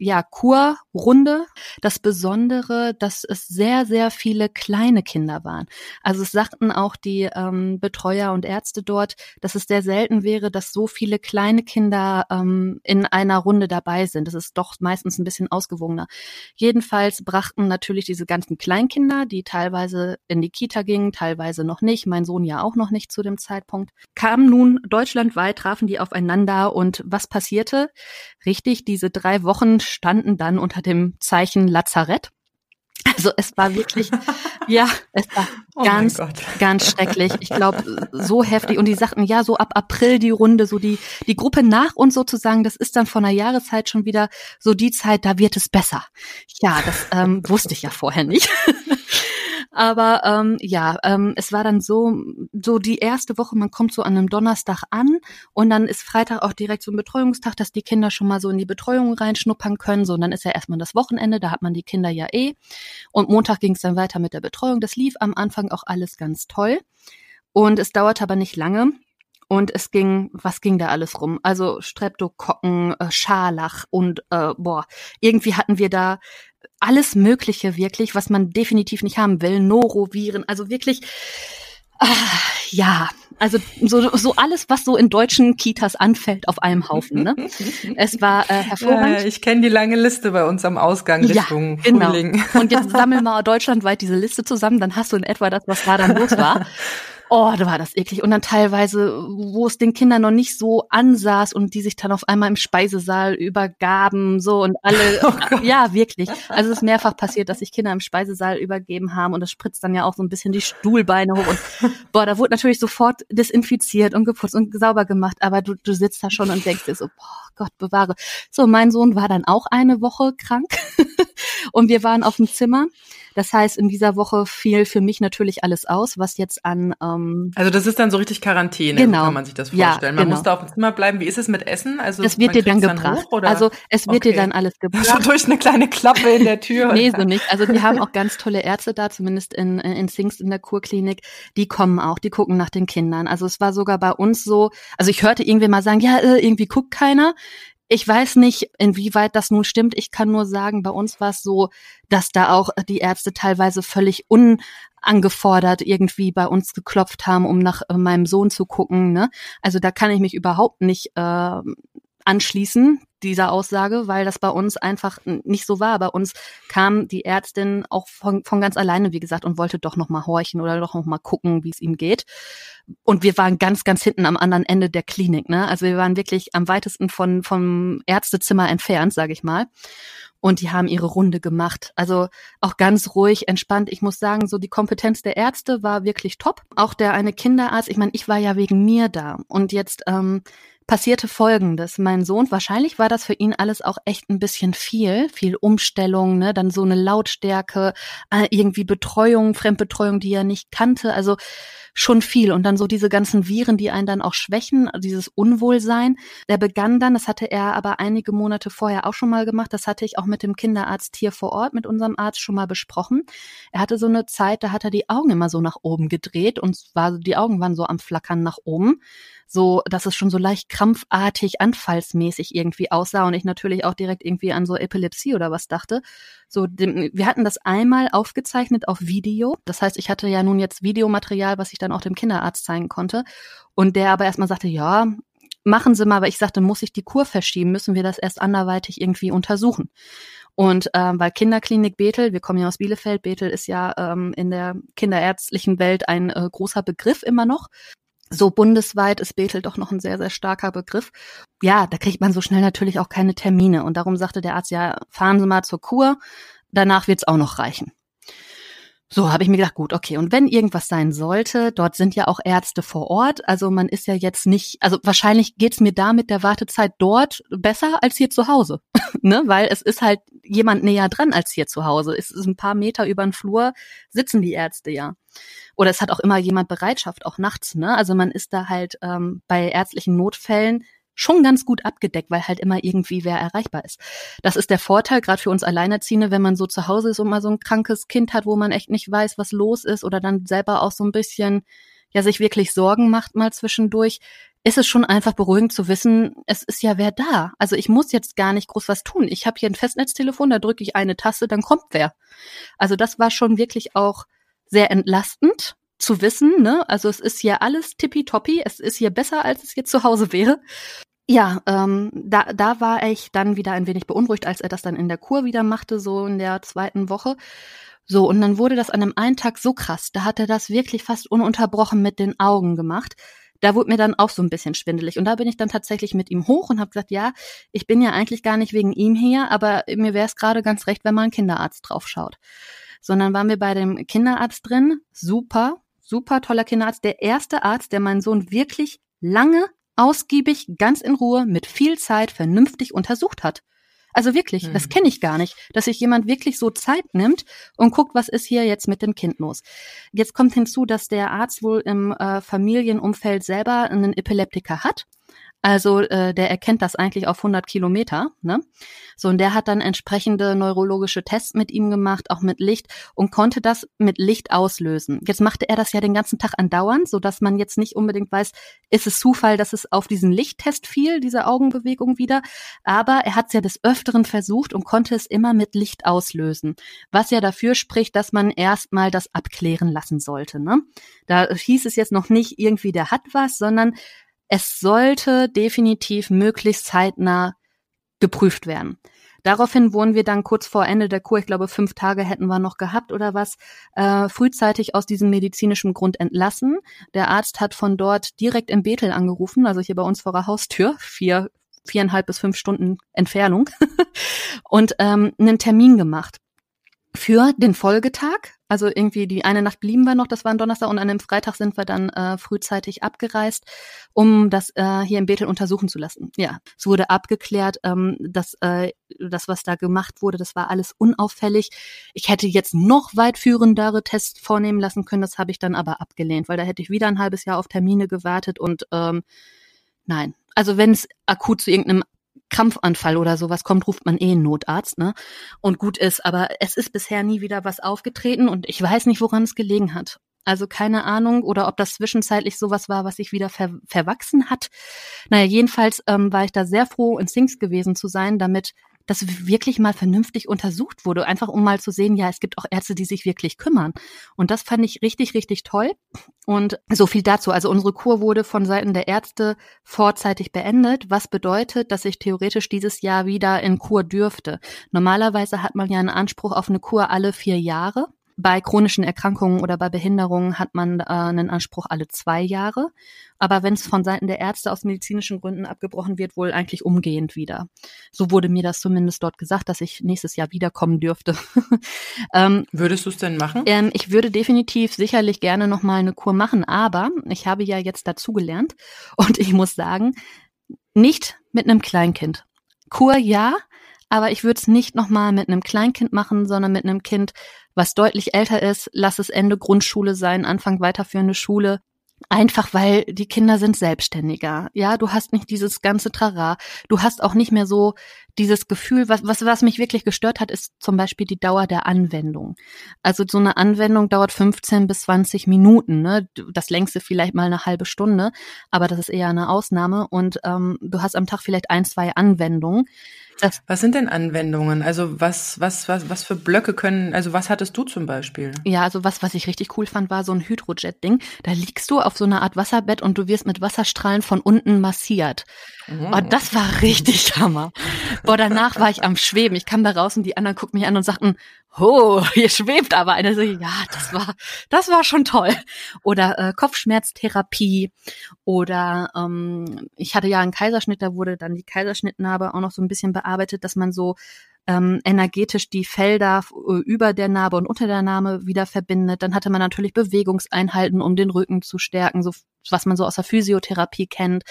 Kurrunde das Besondere, dass es sehr, sehr viele kleine Kinder waren. Also es sagten auch die Betreuer und Ärzte dort, dass es sehr selten wäre, dass so viele kleine Kinder in einer Runde dabei sind. Das ist doch meistens ein bisschen ausgewogener. Jedenfalls brachten natürlich diese ganzen Kleinkindern Kleinkinder, die teilweise in die Kita gingen, teilweise noch nicht, mein Sohn ja auch noch nicht zu dem Zeitpunkt, kamen nun deutschlandweit, trafen die aufeinander und was passierte? Richtig, diese 3 Wochen standen dann unter dem Zeichen Lazarett. Also es war wirklich, ja, es war ganz schrecklich. Ich glaube, so heftig. Und die sagten, ja, so ab April die Runde, so die Gruppe nach uns sozusagen, das ist dann von der Jahreszeit schon wieder so die Zeit, da wird es besser. Ja, das wusste ich ja vorher nicht. Aber es war dann so die erste Woche, man kommt so an einem Donnerstag an und dann ist Freitag auch direkt so ein Betreuungstag, dass die Kinder schon mal so in die Betreuung reinschnuppern können. So, und dann ist ja erstmal das Wochenende, da hat man die Kinder ja eh. Und Montag ging es dann weiter mit der Betreuung. Das lief am Anfang auch alles ganz toll. Und es dauerte aber nicht lange. Und was ging da alles rum? Also Streptokokken, Scharlach und irgendwie hatten wir da alles Mögliche wirklich, was man definitiv nicht haben will. Noroviren, also wirklich, also so alles, was so in deutschen Kitas anfällt, auf einem Haufen. Ne? Es war hervorragend. Ja, ich kenne die lange Liste bei uns am Ausgang Richtung Frühling. Genau. Und jetzt sammeln wir deutschlandweit diese Liste zusammen, dann hast du in etwa das, was da dann los war. Oh, da war das eklig. Und dann teilweise, wo es den Kindern noch nicht so ansaß und die sich dann auf einmal im Speisesaal übergaben, so und alle, ja, wirklich. Also es ist mehrfach passiert, dass sich Kinder im Speisesaal übergeben haben und das spritzt dann ja auch so ein bisschen die Stuhlbeine hoch und da wurde natürlich sofort desinfiziert und geputzt und sauber gemacht, aber du sitzt da schon und denkst dir so, Gott bewahre. So, mein Sohn war dann auch eine Woche krank und wir waren auf dem Zimmer. Das heißt, in dieser Woche fiel für mich natürlich alles aus, was jetzt an also das ist dann so richtig Quarantäne, genau. So kann man sich das vorstellen. Man genau. muss da auf dem Zimmer bleiben. Wie ist es mit Essen? Also es wird dir dann gebracht. Also es wird dir dann alles gebracht. Schon durch eine kleine Klappe in der Tür. Nee, so nicht. Also die haben auch ganz tolle Ärzte da, zumindest in Zingst in der Kurklinik. Die kommen auch, die gucken nach den Kindern. Also es war sogar bei uns so, also ich hörte irgendwen mal sagen, ja, irgendwie guckt keiner. Ich weiß nicht, inwieweit das nun stimmt. Ich kann nur sagen, bei uns war es so, dass da auch die Ärzte teilweise völlig unangefordert irgendwie bei uns geklopft haben, um nach meinem Sohn zu gucken. Ne? Also da kann ich mich überhaupt nicht anschließen, dieser Aussage, weil das bei uns einfach nicht so war. Bei uns kam die Ärztin auch von ganz alleine, wie gesagt, und wollte doch noch mal horchen oder doch noch mal gucken, wie es ihm geht. Und wir waren ganz, ganz hinten am anderen Ende der Klinik. Ne? Also wir waren wirklich am weitesten vom Ärztezimmer entfernt, sage ich mal. Und die haben ihre Runde gemacht. Also auch ganz ruhig, entspannt. Ich muss sagen, so die Kompetenz der Ärzte war wirklich top. Auch der eine Kinderarzt, ich meine, ich war ja wegen mir da. Und jetzt passierte Folgendes. Mein Sohn, wahrscheinlich war das für ihn alles auch echt ein bisschen viel Umstellung, ne, dann so eine Lautstärke, irgendwie Betreuung, Fremdbetreuung, die er nicht kannte, also schon viel. Und dann so diese ganzen Viren, die einen dann auch schwächen, dieses Unwohlsein. Der begann dann, das hatte er aber einige Monate vorher auch schon mal gemacht, das hatte ich auch mit dem Kinderarzt hier vor Ort, mit unserem Arzt schon mal besprochen. Er hatte so eine Zeit, da hat er die Augen immer so nach oben gedreht und die Augen waren so am Flackern nach oben. So, dass es schon so leicht krampfartig, anfallsmäßig irgendwie aussah und ich natürlich auch direkt irgendwie an so Epilepsie oder was dachte. So, wir hatten das einmal aufgezeichnet auf Video. Das heißt, ich hatte ja nun jetzt Videomaterial, was ich dann auch dem Kinderarzt zeigen konnte. Und der aber erstmal sagte, ja, machen Sie mal, aber ich sagte, muss ich die Kur verschieben, müssen wir das erst anderweitig irgendwie untersuchen. Und weil Kinderklinik Bethel, wir kommen ja aus Bielefeld, Bethel ist ja in der kinderärztlichen Welt ein großer Begriff immer noch. So bundesweit ist Bethel doch noch ein sehr, sehr starker Begriff. Ja, da kriegt man so schnell natürlich auch keine Termine. Und darum sagte der Arzt, ja, fahren Sie mal zur Kur, danach wird's auch noch reichen. So, habe ich mir gedacht, gut, okay. Und wenn irgendwas sein sollte, dort sind ja auch Ärzte vor Ort. Also man ist ja jetzt nicht, also wahrscheinlich geht's mir da mit der Wartezeit dort besser als hier zu Hause. Ne? Weil es ist halt jemand näher dran als hier zu Hause. Es ist ein paar Meter über den Flur, sitzen die Ärzte ja. Oder es hat auch immer jemand Bereitschaft, auch nachts. Ne? Also man ist da halt bei ärztlichen Notfällen schon ganz gut abgedeckt, weil halt immer irgendwie wer erreichbar ist. Das ist der Vorteil, gerade für uns Alleinerziehende, wenn man so zu Hause ist und mal so ein krankes Kind hat, wo man echt nicht weiß, was los ist oder dann selber auch so ein bisschen, ja, sich wirklich Sorgen macht mal zwischendurch, ist es schon einfach beruhigend zu wissen, es ist ja wer da. Also ich muss jetzt gar nicht groß was tun. Ich habe hier ein Festnetztelefon, da drücke ich eine Taste, dann kommt wer. Also das war schon wirklich auch sehr entlastend zu wissen, ne? Also es ist hier alles tippitoppi, es ist hier besser, als es jetzt zu Hause wäre. Ja, da war ich dann wieder ein wenig beunruhigt, als er das dann in der Kur wieder machte, so in der 2. Woche. So, und dann wurde das an einem einen Tag so krass, da hat er das wirklich fast ununterbrochen mit den Augen gemacht. Da wurde mir dann auch so ein bisschen schwindelig. Und da bin ich dann tatsächlich mit ihm hoch und habe gesagt, ja, ich bin ja eigentlich gar nicht wegen ihm hier, aber mir wäre es gerade ganz recht, wenn mal ein Kinderarzt drauf schaut. So, und dann waren wir bei dem Kinderarzt drin. Super, super toller Kinderarzt. Der erste Arzt, der meinen Sohn wirklich lange, ausgiebig, ganz in Ruhe, mit viel Zeit, vernünftig untersucht hat. Also wirklich, das kenne ich gar nicht, dass sich jemand wirklich so Zeit nimmt und guckt, was ist hier jetzt mit dem Kind los. Jetzt kommt hinzu, dass der Arzt wohl im Familienumfeld selber einen Epileptiker hat. Also der erkennt das eigentlich auf 100 Kilometer, ne? So, und der hat dann entsprechende neurologische Tests mit ihm gemacht, auch mit Licht, und konnte das mit Licht auslösen. Jetzt machte er das ja den ganzen Tag andauernd, so dass man jetzt nicht unbedingt weiß, ist es Zufall, dass es auf diesen Lichttest fiel, diese Augenbewegung wieder. Aber er hat es ja des Öfteren versucht und konnte es immer mit Licht auslösen. Was ja dafür spricht, dass man erstmal das abklären lassen sollte, ne? Da hieß es jetzt noch nicht irgendwie, der hat was, sondern es sollte definitiv möglichst zeitnah geprüft werden. Daraufhin wurden wir dann kurz vor Ende der Kur, ich glaube 5 Tage hätten wir noch gehabt oder was, frühzeitig aus diesem medizinischen Grund entlassen. Der Arzt hat von dort direkt in Bethel angerufen, also hier bei uns vor der Haustür, 4,5 bis 5 Stunden Entfernung, und einen Termin gemacht für den Folgetag. Also irgendwie die eine Nacht blieben wir noch, das war ein Donnerstag, und an dem Freitag sind wir dann frühzeitig abgereist, um das hier in Bethel untersuchen zu lassen. Ja, es wurde abgeklärt, dass das, was da gemacht wurde, das war alles unauffällig. Ich hätte jetzt noch weitführendere Tests vornehmen lassen können, das habe ich dann aber abgelehnt, weil da hätte ich wieder ein halbes Jahr auf Termine gewartet und nein. Also wenn es akut zu irgendeinem Krampfanfall oder sowas kommt, ruft man einen Notarzt, ne? Und gut ist, aber es ist bisher nie wieder was aufgetreten und ich weiß nicht, woran es gelegen hat. Also keine Ahnung, oder ob das zwischenzeitlich sowas war, was sich wieder verwachsen hat. Naja, jedenfalls war ich da sehr froh, in Sings gewesen zu sein, damit das wirklich mal vernünftig untersucht wurde, einfach um mal zu sehen, ja, es gibt auch Ärzte, die sich wirklich kümmern. Und das fand ich richtig, richtig toll. Und so viel dazu. Also unsere Kur wurde von Seiten der Ärzte vorzeitig beendet, was bedeutet, dass ich theoretisch dieses Jahr wieder in Kur dürfte. Normalerweise hat man ja einen Anspruch auf eine Kur alle 4 Jahre. Bei chronischen Erkrankungen oder bei Behinderungen hat man einen Anspruch alle 2 Jahre. Aber wenn es von Seiten der Ärzte aus medizinischen Gründen abgebrochen wird, wohl eigentlich umgehend wieder. So wurde mir das zumindest dort gesagt, dass ich nächstes Jahr wiederkommen dürfte. Würdest du es denn machen? Ich würde definitiv sicherlich gerne nochmal eine Kur machen, aber ich habe ja jetzt dazugelernt und ich muss sagen, nicht mit einem Kleinkind. Kur ja, aber ich würde es nicht nochmal mit einem Kleinkind machen, sondern mit einem Kind, was deutlich älter ist. Lass es Ende Grundschule sein, Anfang weiterführende Schule. Einfach weil die Kinder sind selbstständiger. Ja, du hast nicht dieses ganze Trara. Du hast auch nicht mehr so dieses Gefühl, was mich wirklich gestört hat, ist zum Beispiel die Dauer der Anwendung. Also so eine Anwendung dauert 15 bis 20 Minuten, ne? Das längste vielleicht mal eine halbe Stunde, aber das ist eher eine Ausnahme und du hast am Tag vielleicht 1, 2 Anwendungen. Was sind denn Anwendungen? Also was für Blöcke können, also was hattest du zum Beispiel? Ja, also was ich richtig cool fand, war so ein Hydrojet-Ding. Da liegst du auf so einer Art Wasserbett und du wirst mit Wasserstrahlen von unten massiert. Oh, das war richtig Hammer. Boah, danach war ich am Schweben. Ich kam da raus und die anderen guckten mich an und sagten, oh, hier schwebt aber einer. So, ja, das war schon toll. Oder Kopfschmerztherapie oder ich hatte ja einen Kaiserschnitt, da wurde dann die Kaiserschnittnarbe auch noch so ein bisschen bearbeitet, dass man so energetisch die Felder über der Narbe und unter der Narbe wieder verbindet. Dann hatte man natürlich Bewegungseinheiten, um den Rücken zu stärken, so was man so aus der Physiotherapie kennt.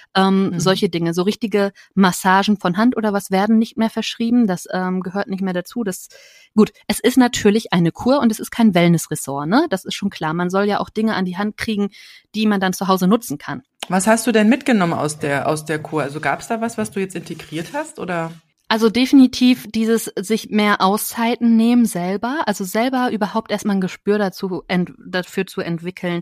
Solche Dinge, so richtige Massagen von Hand oder was werden nicht mehr verschrieben. Das gehört nicht mehr dazu. Gut, es ist natürlich eine Kur und es ist kein Wellnessressort, ne? Das ist schon klar. Man soll ja auch Dinge an die Hand kriegen, die man dann zu Hause nutzen kann. Was hast du denn mitgenommen aus der Kur? Also gab es da was du jetzt integriert hast, oder? Also definitiv dieses sich mehr Auszeiten nehmen selber, also selber überhaupt erstmal ein Gespür dafür zu entwickeln,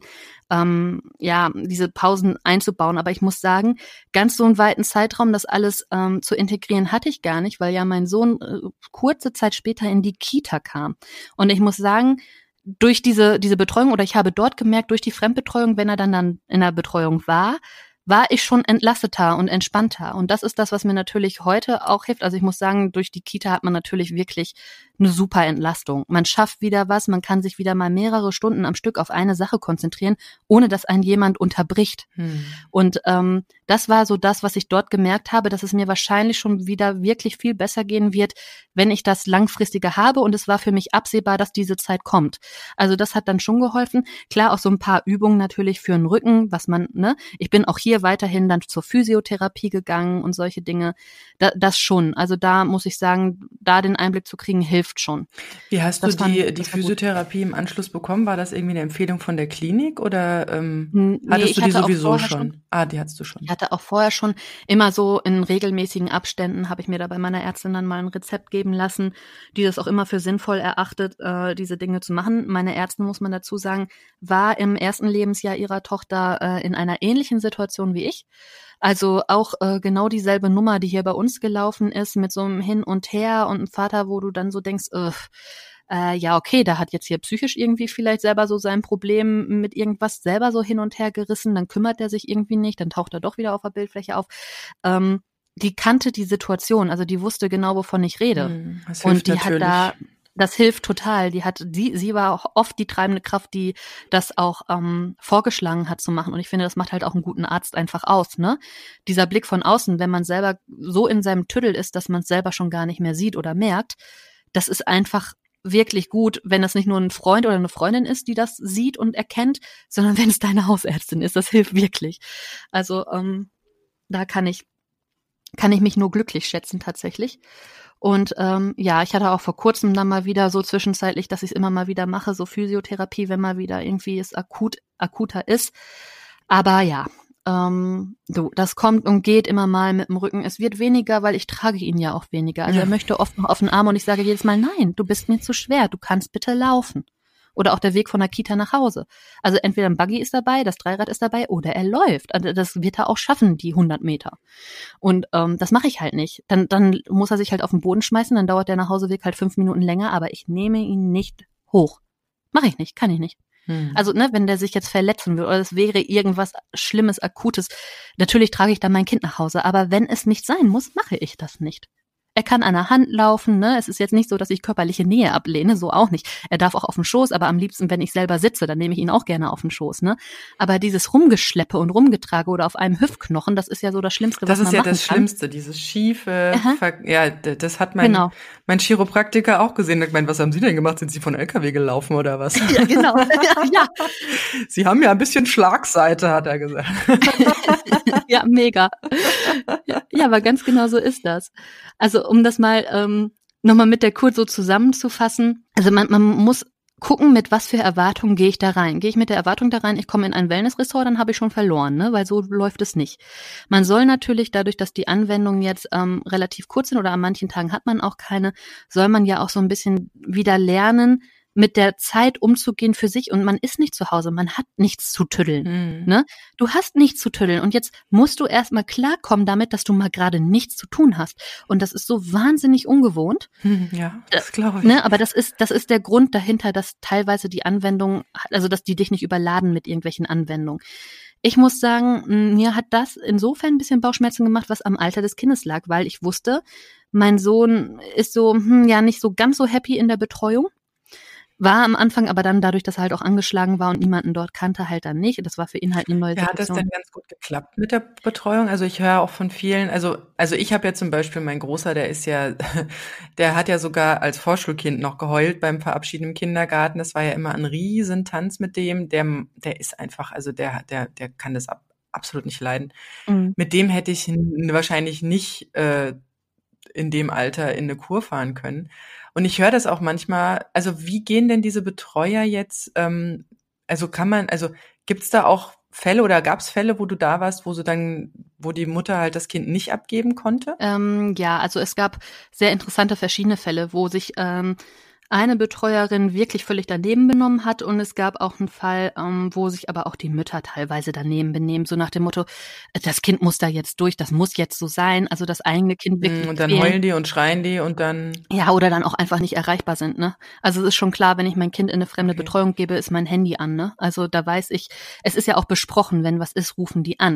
diese Pausen einzubauen. Aber ich muss sagen, ganz so einen weiten Zeitraum, das alles zu integrieren, hatte ich gar nicht, weil ja mein Sohn kurze Zeit später in die Kita kam. Und ich muss sagen, durch diese Betreuung, oder ich habe dort gemerkt, durch die Fremdbetreuung, wenn er dann in der Betreuung war ich schon entlasteter und entspannter. Und das ist das, was mir natürlich heute auch hilft. Also ich muss sagen, durch die Kita hat man natürlich wirklich eine super Entlastung. Man schafft wieder was, man kann sich wieder mal mehrere Stunden am Stück auf eine Sache konzentrieren, ohne dass einen jemand unterbricht. Und das war so das, was ich dort gemerkt habe, dass es mir wahrscheinlich schon wieder wirklich viel besser gehen wird, wenn ich das Langfristige habe. Und es war für mich absehbar, dass diese Zeit kommt. Also das hat dann schon geholfen. Klar, auch so ein paar Übungen natürlich für den Rücken, was man, ne? Ich bin auch hier weiterhin dann zur Physiotherapie gegangen und solche Dinge. Das schon. Also da muss ich sagen, da den Einblick zu kriegen, hilft schon. Wie hast du die Physiotherapie im Anschluss bekommen? War das irgendwie eine Empfehlung von der Klinik oder hattest du die sowieso schon? Die hattest du schon. Ich hatte auch vorher schon immer so in regelmäßigen Abständen, habe ich mir da bei meiner Ärztin dann mal ein Rezept geben lassen, die das auch immer für sinnvoll erachtet, diese Dinge zu machen. Meine Ärztin, muss man dazu sagen, war im ersten Lebensjahr ihrer Tochter in einer ähnlichen Situation wie ich. Also auch genau dieselbe Nummer, die hier bei uns gelaufen ist, mit so einem Hin und Her und einem Vater, wo du dann so denkst, ja, okay, da hat jetzt hier psychisch irgendwie vielleicht selber so sein Problem mit irgendwas selber so hin und her gerissen, dann kümmert er sich irgendwie nicht, dann taucht er doch wieder auf der Bildfläche auf. Die kannte die Situation, also die wusste genau, wovon ich rede. Das und die natürlich. hat das hilft total. Sie war auch oft die treibende Kraft, die das auch vorgeschlagen hat zu machen. Und ich finde, das macht halt auch einen guten Arzt einfach aus, ne? Dieser Blick von außen, wenn man selber so in seinem Tüdel ist, dass man es selber schon gar nicht mehr sieht oder merkt, das ist einfach wirklich gut, wenn das nicht nur ein Freund oder eine Freundin ist, die das sieht und erkennt, sondern wenn es deine Hausärztin ist. Das hilft wirklich. Also da kann ich mich nur glücklich schätzen tatsächlich. Und ja, ich hatte auch vor kurzem dann mal wieder so zwischenzeitlich, dass ich es immer mal wieder mache, so Physiotherapie, wenn mal wieder irgendwie es akuter ist. Aber ja, das kommt und geht immer mal mit dem Rücken. Es wird weniger, weil ich trage ihn ja auch weniger. Also er möchte oft noch auf den Arm und ich sage jedes Mal, nein, du bist mir zu schwer, du kannst bitte laufen. Oder auch der Weg von der Kita nach Hause. Also entweder ein Buggy ist dabei, das Dreirad ist dabei oder er läuft. Also das wird er auch schaffen, die 100 Meter. Und das mache ich halt nicht. Dann muss er sich halt auf den Boden schmeißen, dann dauert der Nachhauseweg halt 5 Minuten länger, aber ich nehme ihn nicht hoch. Mache ich nicht, kann ich nicht. Also, ne, wenn der sich jetzt verletzen würde oder es wäre irgendwas Schlimmes, Akutes, natürlich trage ich dann mein Kind nach Hause, aber wenn es nicht sein muss, mache ich das nicht. Er kann an der Hand laufen, ne? Es ist jetzt nicht so, dass ich körperliche Nähe ablehne, so auch nicht. Er darf auch auf dem Schoß, aber am liebsten, wenn ich selber sitze, dann nehme ich ihn auch gerne auf den Schoß, ne? Aber dieses Rumgeschleppe und Rumgetrage oder auf einem Hüftknochen, das ist ja so das Schlimmste, was man machen kann. Das ist ja das Schlimmste, dieses schiefe, das hat mein Chiropraktiker auch gesehen. Ich meine, was haben Sie denn gemacht? Sind Sie von LKW gelaufen oder was? Ja, genau. Ja. Sie haben ja ein bisschen Schlagseite, hat er gesagt. Ja, mega. Ja, aber ganz genau so ist das. Also um das mal nochmal mit der Kur so zusammenzufassen, also man muss gucken, mit was für Erwartungen gehe ich da rein. Gehe ich mit der Erwartung da rein, ich komme in ein Wellnessressort, dann habe ich schon verloren, ne? Weil so läuft es nicht. Man soll natürlich, dadurch, dass die Anwendungen jetzt relativ kurz sind oder an manchen Tagen hat man auch keine, soll man ja auch so ein bisschen wieder lernen, mit der Zeit umzugehen für sich und man ist nicht zu Hause, man hat nichts zu tüddeln, ne? Du hast nichts zu tüddeln und jetzt musst du erstmal klarkommen damit, dass du mal gerade nichts zu tun hast und das ist so wahnsinnig ungewohnt. Ja, das glaube ich. Ne? Aber das ist der Grund dahinter, dass teilweise die Anwendung, also dass die dich nicht überladen mit irgendwelchen Anwendungen. Ich muss sagen, mir hat das insofern ein bisschen Bauchschmerzen gemacht, was am Alter des Kindes lag, weil ich wusste, mein Sohn ist so, ja, nicht so ganz so happy in der Betreuung. War am Anfang, aber dann dadurch, dass er halt auch angeschlagen war und niemanden dort kannte, halt dann nicht. Das war für ihn halt eine neue Situation. Hat das denn ganz gut geklappt mit der Betreuung? Also ich höre auch von vielen, also ich habe ja zum Beispiel, mein Großer, der hat ja sogar als Vorschulkind noch geheult beim Verabschieden im Kindergarten. Das war ja immer ein Riesentanz mit dem. Der ist einfach, also der kann das absolut nicht leiden. Mit dem hätte ich wahrscheinlich nicht in dem Alter in eine Kur fahren können. Und ich höre das auch manchmal, also wie gehen denn diese Betreuer jetzt, gibt's da auch Fälle oder gab's Fälle, wo du da warst, wo die Mutter halt das Kind nicht abgeben konnte? Ja, also es gab sehr interessante verschiedene Fälle, wo sich eine Betreuerin wirklich völlig daneben benommen hat und es gab auch einen Fall, wo sich aber auch die Mütter teilweise daneben benehmen, so nach dem Motto, das Kind muss da jetzt durch, das muss jetzt so sein, also das eigene Kind wirklich und dann heulen die und schreien die und dann... Ja, oder dann auch einfach nicht erreichbar sind, ne? Also es ist schon klar, wenn ich mein Kind in eine fremde Betreuung gebe, ist mein Handy an, ne? Also da weiß ich, es ist ja auch besprochen, wenn was ist, rufen die an.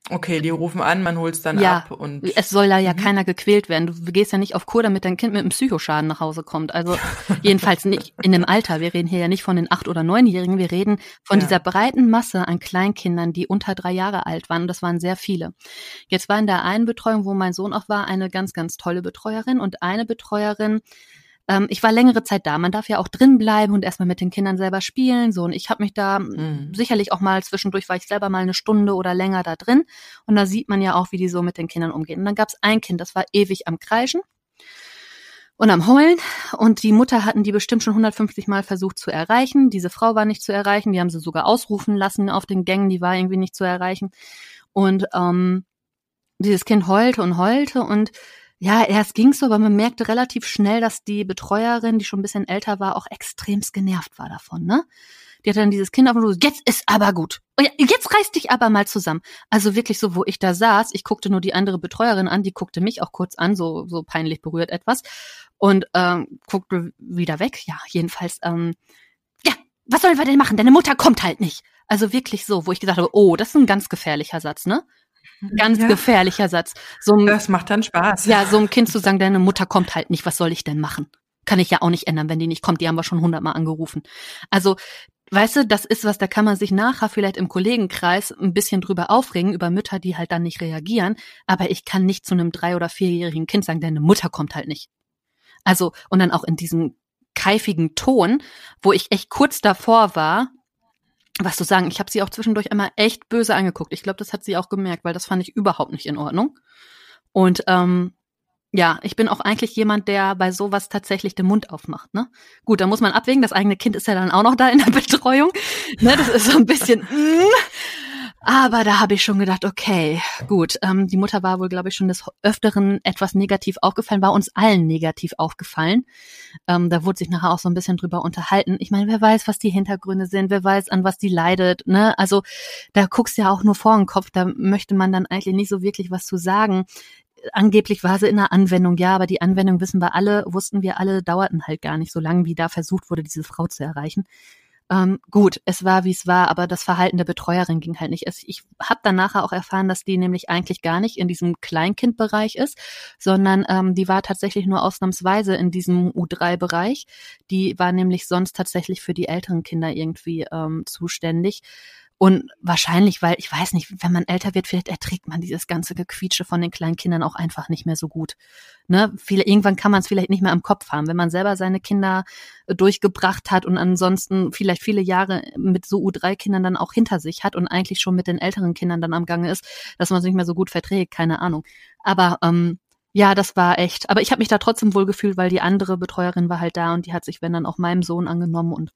Okay, die rufen an, man holt's dann Ja, ab und es soll da ja keiner gequält werden. Du gehst ja nicht auf Kur, damit dein Kind mit einem Psychoschaden nach Hause kommt. Also jedenfalls nicht in dem Alter. Wir reden hier ja nicht von den 8- oder 9-Jährigen. Wir reden von dieser breiten Masse an Kleinkindern, die unter 3 Jahre alt waren. Und das waren sehr viele. Jetzt war in der einen Betreuung, wo mein Sohn auch war, eine ganz, ganz tolle Betreuerin. Und eine Betreuerin, ich war längere Zeit da. Man darf ja auch drin bleiben und erstmal mit den Kindern selber spielen. So, und ich habe mich da sicherlich auch mal zwischendurch, war ich selber mal eine Stunde oder länger da drin. Und da sieht man ja auch, wie die so mit den Kindern umgehen. Und dann gab es ein Kind, das war ewig am Kreischen und am Heulen. Und die Mutter hatten die bestimmt schon 150 Mal versucht zu erreichen. Diese Frau war nicht zu erreichen. Die haben sie sogar ausrufen lassen auf den Gängen. Die war irgendwie nicht zu erreichen. Und dieses Kind heulte und ja, erst ging's so, aber man merkte relativ schnell, dass die Betreuerin, die schon ein bisschen älter war, auch extremst genervt war davon, ne? Die hat dann dieses Kind auf und so, jetzt ist aber gut. Und jetzt reiß dich aber mal zusammen. Also wirklich so, wo ich da saß, ich guckte nur die andere Betreuerin an, die guckte mich auch kurz an, so peinlich berührt etwas und guckte wieder weg. Ja, jedenfalls, ja, was sollen wir denn machen? Deine Mutter kommt halt nicht. Also wirklich so, wo ich gesagt habe, oh, das ist ein ganz gefährlicher Satz, ne? Ganz gefährlicher Satz. Das macht dann Spaß. Ja, so einem Kind zu sagen, deine Mutter kommt halt nicht, was soll ich denn machen? Kann ich ja auch nicht ändern, wenn die nicht kommt, die haben wir schon 100-mal angerufen. Also, weißt du, das ist was, da kann man sich nachher vielleicht im Kollegenkreis ein bisschen drüber aufregen, über Mütter, die halt dann nicht reagieren, aber ich kann nicht zu einem 3- oder 4-jährigen Kind sagen, deine Mutter kommt halt nicht. Also, und dann auch in diesem keifigen Ton, wo ich echt kurz davor war, was zu sagen, ich habe sie auch zwischendurch einmal echt böse angeguckt. Ich glaube, das hat sie auch gemerkt, weil das fand ich überhaupt nicht in Ordnung. Und ja, ich bin auch eigentlich jemand, der bei sowas tatsächlich den Mund aufmacht, ne? Gut, da muss man abwägen, das eigene Kind ist ja dann auch noch da in der Betreuung, ne? Das ist so ein bisschen, aber da habe ich schon gedacht, okay, gut, die Mutter war wohl, glaube ich, schon des Öfteren etwas negativ aufgefallen, war uns allen negativ aufgefallen. Da wurde sich nachher auch so ein bisschen drüber unterhalten. Ich meine, wer weiß, was die Hintergründe sind, wer weiß, an was die leidet, ne? Also da guckst du ja auch nur vor den Kopf, da möchte man dann eigentlich nicht so wirklich was zu sagen. Angeblich war sie in der Anwendung, ja, aber die Anwendung wussten wir alle, dauerten halt gar nicht so lange, wie da versucht wurde, diese Frau zu erreichen. Gut, es war, wie es war, aber das Verhalten der Betreuerin ging halt nicht. Ich habe dann nachher auch erfahren, dass die nämlich eigentlich gar nicht in diesem Kleinkindbereich ist, sondern die war tatsächlich nur ausnahmsweise in diesem U3-Bereich. Die war nämlich sonst tatsächlich für die älteren Kinder irgendwie zuständig. Und wahrscheinlich, weil, ich weiß nicht, wenn man älter wird, vielleicht erträgt man dieses ganze Gequietsche von den kleinen Kindern auch einfach nicht mehr so gut. Ne? Irgendwann kann man es vielleicht nicht mehr am Kopf haben, wenn man selber seine Kinder durchgebracht hat und ansonsten vielleicht viele Jahre mit so U3-Kindern dann auch hinter sich hat und eigentlich schon mit den älteren Kindern dann am Gange ist, dass man es nicht mehr so gut verträgt, keine Ahnung. Aber ja, das war echt. Aber ich habe mich da trotzdem wohl gefühlt, weil die andere Betreuerin war halt da und die hat sich, wenn dann, auch meinem Sohn angenommen und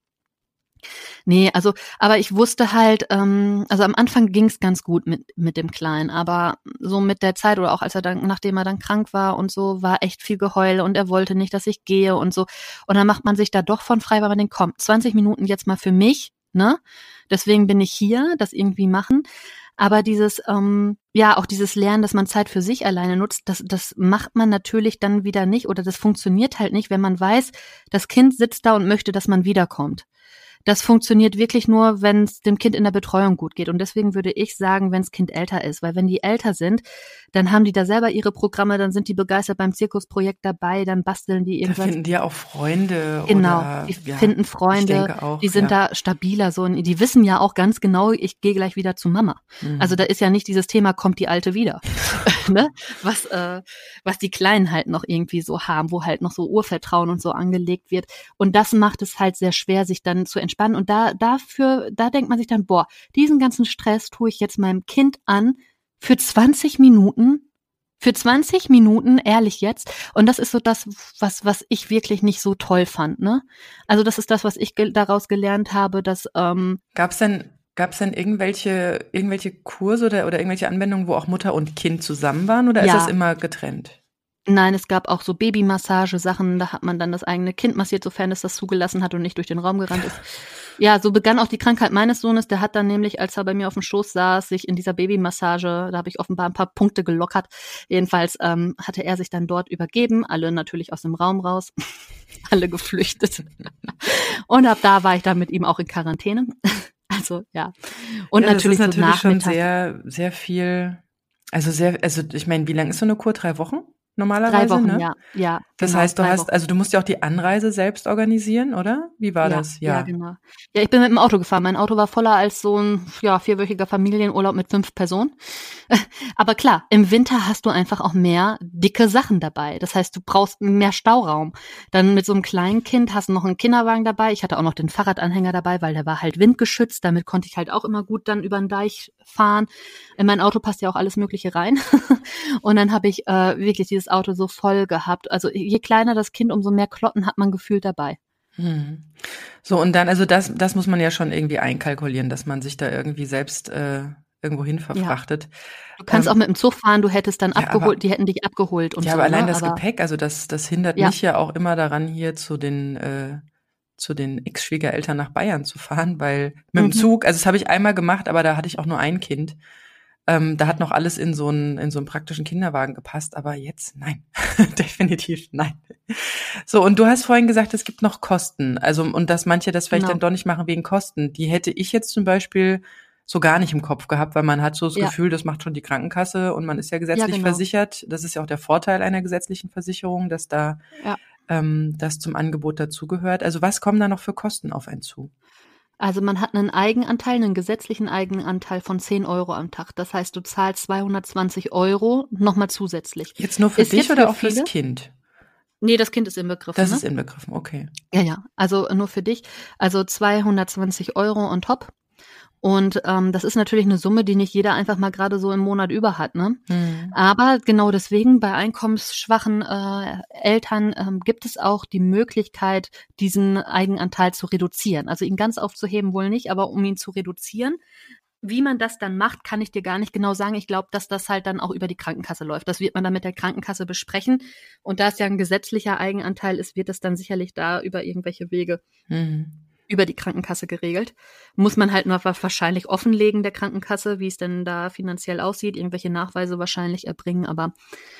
nee, also, aber ich wusste halt, also am Anfang ging's ganz gut mit dem Kleinen, aber so mit der Zeit oder auch nachdem er dann krank war und so, war echt viel Geheul und er wollte nicht, dass ich gehe und so. Und dann macht man sich da doch von frei, weil man denkt, komm, 20 Minuten jetzt mal für mich, ne? Deswegen bin ich hier, das irgendwie machen. Aber dieses, ja, auch dieses Lernen, dass man Zeit für sich alleine nutzt, das macht man natürlich dann wieder nicht oder das funktioniert halt nicht, wenn man weiß, das Kind sitzt da und möchte, dass man wiederkommt. Das funktioniert wirklich nur, wenn es dem Kind in der Betreuung gut geht. Und deswegen würde ich sagen, wenn das Kind älter ist. Weil wenn die älter sind, dann haben die da selber ihre Programme, dann sind die begeistert beim Zirkusprojekt dabei, dann basteln die irgendwas. Da finden die ja auch Freunde. Genau, oder, die finden Freunde, ich denke auch, die sind da stabiler. So, und die wissen ja auch ganz genau, ich gehe gleich wieder zu Mama. Also da ist ja nicht dieses Thema, kommt die Alte wieder. Ne? Was die Kleinen halt noch irgendwie so haben, wo halt noch so Urvertrauen und so angelegt wird. Und das macht es halt sehr schwer, sich dann zu entspannen. Und da denkt man sich dann, boah, diesen ganzen Stress tue ich jetzt meinem Kind an für 20 Minuten. Für 20 Minuten, ehrlich jetzt. Und das ist so das, was ich wirklich nicht so toll fand, ne? Also das ist das, was ich daraus gelernt habe, dass Gab's denn irgendwelche Kurse oder irgendwelche Anwendungen, wo auch Mutter und Kind zusammen waren, oder ist das immer getrennt? Nein, es gab auch so Babymassage-Sachen, da hat man dann das eigene Kind massiert, sofern es das zugelassen hat und nicht durch den Raum gerannt ist. Ja, so begann auch die Krankheit meines Sohnes. Der hat dann nämlich, als er bei mir auf dem Schoß saß, sich in dieser Babymassage, da habe ich offenbar ein paar Punkte gelockert. Jedenfalls hatte er sich dann dort übergeben, alle natürlich aus dem Raum raus, alle geflüchtet. Und ab da war ich dann mit ihm auch in Quarantäne. Also ja, Und Ja, das ist natürlich so natürlich schon nachmittags. sehr, sehr viel. Also ich meine, wie lang ist so eine Kur? 3 Wochen 3 normalerweise, Wochen, ne? ja. Ja, Das genau, heißt, 3 Wochen. du musst ja auch die Anreise selbst organisieren, oder? Wie war Ja, das? ja, Ja. genau. Ja, ich bin mit dem Auto gefahren. Mein Auto war voller als so ein, ja, 4-wöchiger Familienurlaub mit 5 Personen. Aber klar, im Winter hast du einfach auch mehr dicke Sachen dabei. Das heißt, du brauchst mehr Stauraum. Dann mit so einem kleinen Kind hast du noch einen Kinderwagen dabei. Ich hatte auch noch den Fahrradanhänger dabei, weil der war halt windgeschützt. Damit konnte ich halt auch immer gut dann über den Deich fahren. In mein Auto passt ja auch alles Mögliche rein. Und dann habe ich wirklich dieses Auto so voll gehabt. Also je kleiner das Kind, umso mehr Klotten hat man gefühlt dabei. Hm. So, und dann, also das muss man ja schon irgendwie einkalkulieren, dass man sich da irgendwie selbst irgendwo hin Ja. verfrachtet. Du kannst auch mit dem Zug fahren, du hättest dann Ja, aber die hätten dich abgeholt und ja, so, aber allein ne? das Aber Gepäck, also das hindert ja, mich ja auch immer daran, hier zu den Ex-Schwiegereltern nach Bayern zu fahren, weil mit dem mhm. Zug, also das habe ich einmal gemacht, aber da hatte ich auch nur ein Kind. Da hat noch alles in so einen praktischen Kinderwagen gepasst, aber jetzt nein, definitiv nein. So, und du hast vorhin gesagt, es gibt noch Kosten, also und dass manche das vielleicht dann Genau. doch nicht machen wegen Kosten. Die hätte ich jetzt zum Beispiel so gar nicht im Kopf gehabt, weil man hat so das Ja, Gefühl, das macht schon die Krankenkasse und man ist ja ja, gesetzlich genau. versichert. Das ist ja auch der Vorteil einer gesetzlichen Versicherung, dass da Ja. das zum Angebot dazugehört. Also was kommen da noch für Kosten auf einen zu? Also man hat einen Eigenanteil, einen gesetzlichen Eigenanteil von 10 Euro am Tag. Das heißt, du zahlst 220 Euro nochmal zusätzlich. Jetzt nur für Ist dich jetzt für oder auch fürs viele? Kind? Nee, das Kind ist inbegriffen, Das ne? ist inbegriffen, okay. Ja, ja. Also nur für dich. Also 220 Euro on top. Und das ist natürlich eine Summe, die nicht jeder einfach mal gerade so im Monat über hat, ne? Hm. Aber genau deswegen bei einkommensschwachen Eltern gibt es auch die Möglichkeit, diesen Eigenanteil zu reduzieren. Also ihn ganz aufzuheben wohl nicht, aber um ihn zu reduzieren. Wie man das dann macht, kann ich dir gar nicht genau sagen. Ich glaube, dass das halt dann auch über die Krankenkasse läuft. Das wird man dann mit der Krankenkasse besprechen. Und da es ja ein gesetzlicher Eigenanteil ist, wird es dann sicherlich da über irgendwelche Wege Hm. über die Krankenkasse geregelt. Muss man halt noch wahrscheinlich offenlegen der Krankenkasse, wie es denn da finanziell aussieht, irgendwelche Nachweise wahrscheinlich erbringen, aber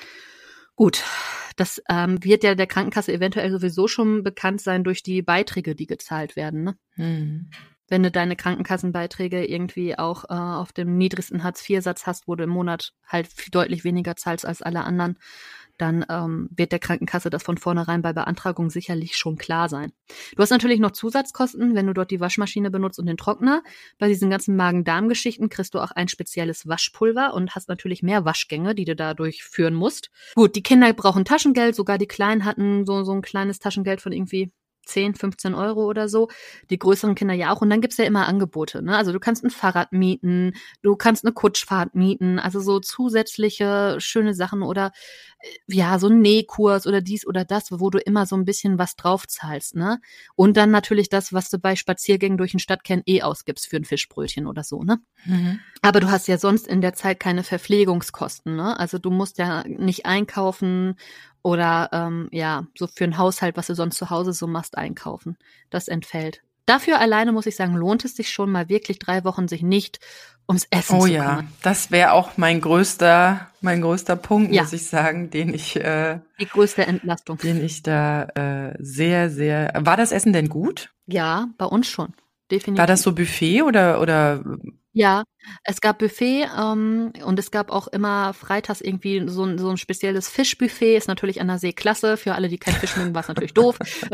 gut, das wird ja der Krankenkasse eventuell sowieso schon bekannt sein durch die Beiträge, die gezahlt werden, ne? Hm. Wenn du deine Krankenkassenbeiträge irgendwie auch auf dem niedrigsten Hartz-IV-Satz hast, wo du im Monat halt deutlich weniger zahlst als alle anderen, dann wird der Krankenkasse das von vornherein bei Beantragung sicherlich schon klar sein. Du hast natürlich noch Zusatzkosten, wenn du dort die Waschmaschine benutzt und den Trockner. Bei diesen ganzen Magen-Darm-Geschichten kriegst du auch ein spezielles Waschpulver und hast natürlich mehr Waschgänge, die du da durchführen musst. Gut, die Kinder brauchen Taschengeld, sogar die Kleinen hatten so ein kleines Taschengeld von irgendwie 10, 15 Euro oder so. Die größeren Kinder ja auch. Und dann gibt's ja immer Angebote, ne? Also du kannst ein Fahrrad mieten, du kannst eine Kutschfahrt mieten, also so zusätzliche schöne Sachen oder ja, so ein Nähkurs oder dies oder das, wo du immer so ein bisschen was drauf zahlst, ne? Und dann natürlich das, was du bei Spaziergängen durch den Stadtkern ausgibst für ein Fischbrötchen oder so, ne? Mhm. Aber du hast ja sonst in der Zeit keine Verpflegungskosten, ne? Also du musst ja nicht einkaufen oder ja, so für einen Haushalt, was du sonst zu Hause so machst, einkaufen. Das entfällt. Dafür alleine muss ich sagen, lohnt es sich schon mal wirklich 3 Wochen, sich nicht ums Essen Oh zu ja, kümmern. das wäre auch mein größter Punkt, Ja, muss ich sagen, die größte Entlastung. den ich da sehr, sehr. War das Essen denn gut? Ja, bei uns schon. War das Definitiv. so Buffet oder? Ja, es gab Buffet und es gab auch immer freitags irgendwie so ein spezielles Fischbuffet. Ist natürlich an der See klasse. Für alle, die keinen Fisch mögen, war es natürlich doof.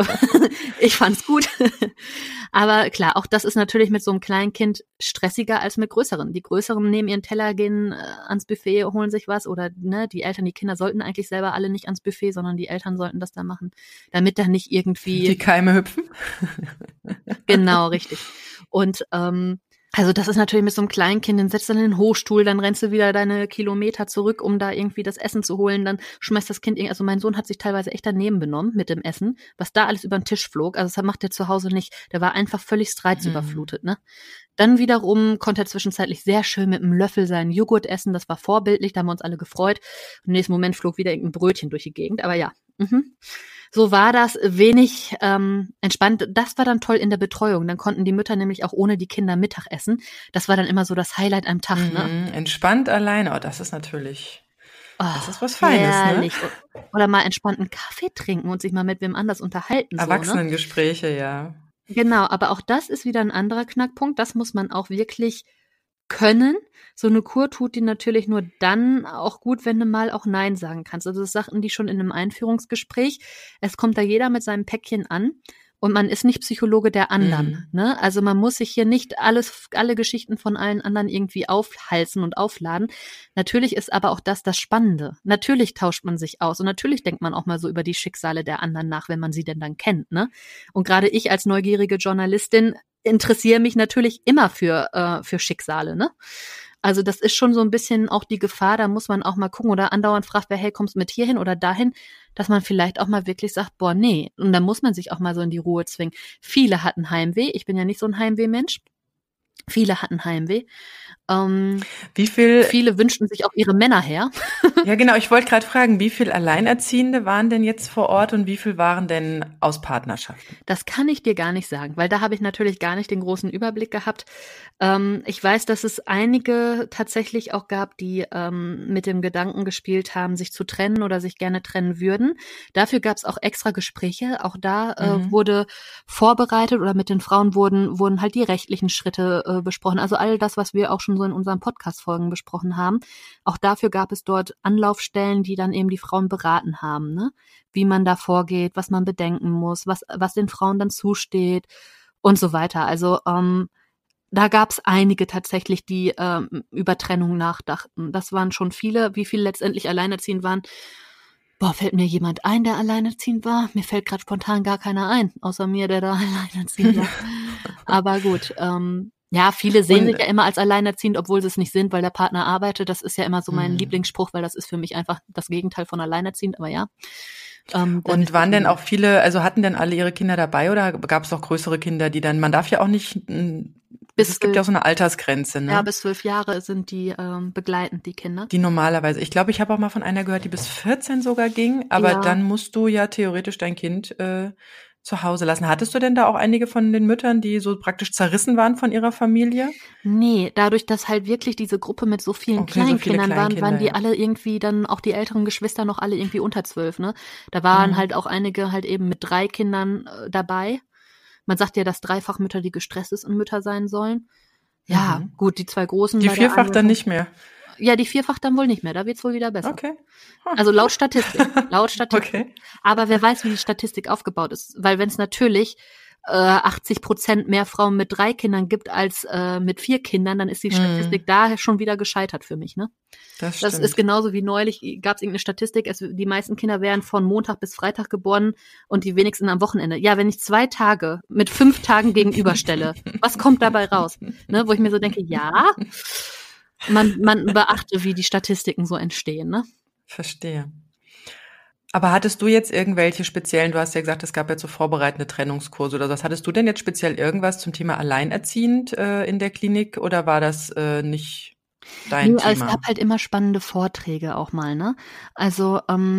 Ich fand's gut. Aber klar, auch das ist natürlich mit so einem kleinen Kind stressiger als mit größeren. Die Größeren nehmen ihren Teller, gehen ans Buffet, holen sich was oder ne, die Eltern, die Kinder sollten eigentlich selber alle nicht ans Buffet, sondern die Eltern sollten das da machen, damit da nicht Die irgendwie Keime hüpfen? genau richtig. Und also das ist natürlich mit so einem kleinen Kind, dann setzt du dann in den Hochstuhl, dann rennst du wieder deine Kilometer zurück, um da irgendwie das Essen zu holen, dann schmeißt das Kind also mein Sohn hat sich teilweise echt daneben benommen mit dem Essen, was da alles über den Tisch flog, also das macht der zu Hause nicht, der war einfach völlig reizüberflutet, ne? Dann wiederum konnte er zwischenzeitlich sehr schön mit einem Löffel seinen Joghurt essen, das war vorbildlich, da haben wir uns alle gefreut. Im nächsten Moment flog wieder irgendein Brötchen durch die Gegend, aber ja, so war das wenig entspannt. Das war dann toll in der Betreuung. Dann konnten die Mütter nämlich auch ohne die Kinder Mittag essen. Das war dann immer so das Highlight am Tag, ne? Entspannt alleine. Oh, das ist natürlich, das ist was Feines, Herrlich. ne? Oder mal entspannten Kaffee trinken und sich mal mit wem anders unterhalten, so, ne? Erwachsenengespräche, ja. Genau, aber auch das ist wieder ein anderer Knackpunkt. Das muss man auch wirklich können. So eine Kur tut dir natürlich nur dann auch gut, wenn du mal auch Nein sagen kannst. Also das sagten die schon in einem Einführungsgespräch. Es kommt da jeder mit seinem Päckchen an. Und man ist nicht Psychologe der anderen, ne? Also man muss sich hier nicht alle Geschichten von allen anderen irgendwie aufhalsen und aufladen. Natürlich ist aber auch das Spannende. Natürlich tauscht man sich aus und natürlich denkt man auch mal so über die Schicksale der anderen nach, wenn man sie denn dann kennt, ne? Und gerade ich als neugierige Journalistin interessiere mich natürlich immer für Schicksale, ne? Also das ist schon so ein bisschen auch die Gefahr, da muss man auch mal gucken oder andauernd fragt, wer, hey, kommst du mit hierhin oder dahin, dass man vielleicht auch mal wirklich sagt, boah, nee. Und dann muss man sich auch mal so in die Ruhe zwingen. Viele hatten Heimweh. Ich bin ja nicht so ein Heimweh-Mensch. Viele hatten Heimweh. Viele wünschten sich auch ihre Männer her. Ja, genau. Ich wollte gerade fragen, wie viel Alleinerziehende waren denn jetzt vor Ort und wie viel waren denn aus Partnerschaften? Das kann ich dir gar nicht sagen, weil da habe ich natürlich gar nicht den großen Überblick gehabt. Ich weiß, dass es einige tatsächlich auch gab, die mit dem Gedanken gespielt haben, sich zu trennen oder sich gerne trennen würden. Dafür gab es auch extra Gespräche. Auch da wurde vorbereitet oder mit den Frauen wurden halt die rechtlichen Schritte besprochen. Also all das, was wir auch schon so in unseren Podcast-Folgen besprochen haben. Auch dafür gab es dort Anlaufstellen, die dann eben die Frauen beraten haben, ne? Wie man da vorgeht, was man bedenken muss, was den Frauen dann zusteht und so weiter. Also da gab es einige tatsächlich, die über Trennung nachdachten. Das waren schon viele. Wie viele letztendlich alleinerziehend waren, fällt mir jemand ein, der alleinerziehend war? Mir fällt gerade spontan gar keiner ein, außer mir, der da alleinerziehend war. Aber gut, ja, viele sehen sich ja immer als alleinerziehend, obwohl sie es nicht sind, weil der Partner arbeitet. Das ist ja immer so mein Lieblingsspruch, weil das ist für mich einfach das Gegenteil von alleinerziehend, aber ja. Und waren denn auch viele, also hatten denn alle ihre Kinder dabei oder gab es auch größere Kinder, die dann, man darf ja auch nicht, es gibt ja auch so eine Altersgrenze, ne? Ja, bis 12 Jahre sind die begleitend, die Kinder. Die normalerweise, ich glaube, ich habe auch mal von einer gehört, die bis 14 sogar ging, aber dann musst du ja theoretisch dein Kind zu Hause lassen. Hattest du denn da auch einige von den Müttern, die so praktisch zerrissen waren von ihrer Familie? Nee, dadurch, dass halt wirklich diese Gruppe mit so vielen Kleinkindern waren die alle irgendwie dann, auch die älteren Geschwister noch alle irgendwie unter 12, ne? Da waren halt auch einige halt eben mit 3 Kindern dabei. Man sagt ja, dass Dreifachmütter die gestresstesten Mütter sein sollen. Ja, gut, die 2 Großen. Die Vierfach dann nicht mehr? Ja, die Vierfach dann wohl nicht mehr. Da wird's wohl wieder besser. Okay. Also laut Statistik. Okay. Aber wer weiß, wie die Statistik aufgebaut ist. Weil wenn es natürlich 80% mehr Frauen mit 3 Kindern gibt als mit 4 Kindern, dann ist die Statistik da schon wieder gescheitert für mich, ne? Das ist genauso wie neulich, gab es irgendeine Statistik, die meisten Kinder werden von Montag bis Freitag geboren und die wenigsten am Wochenende. Ja, wenn ich 2 Tage mit 5 Tagen gegenüberstelle, was kommt dabei raus? Ne? Wo ich mir so denke, ja, man beachte, wie die Statistiken so entstehen, ne? Verstehe. Aber hattest du jetzt irgendwelche speziellen, du hast ja gesagt, es gab jetzt so vorbereitende Trennungskurse oder was. Hattest du denn jetzt speziell irgendwas zum Thema Alleinerziehend in der Klinik oder war das nicht dein Thema? Es gab halt immer spannende Vorträge auch mal, ne? Also,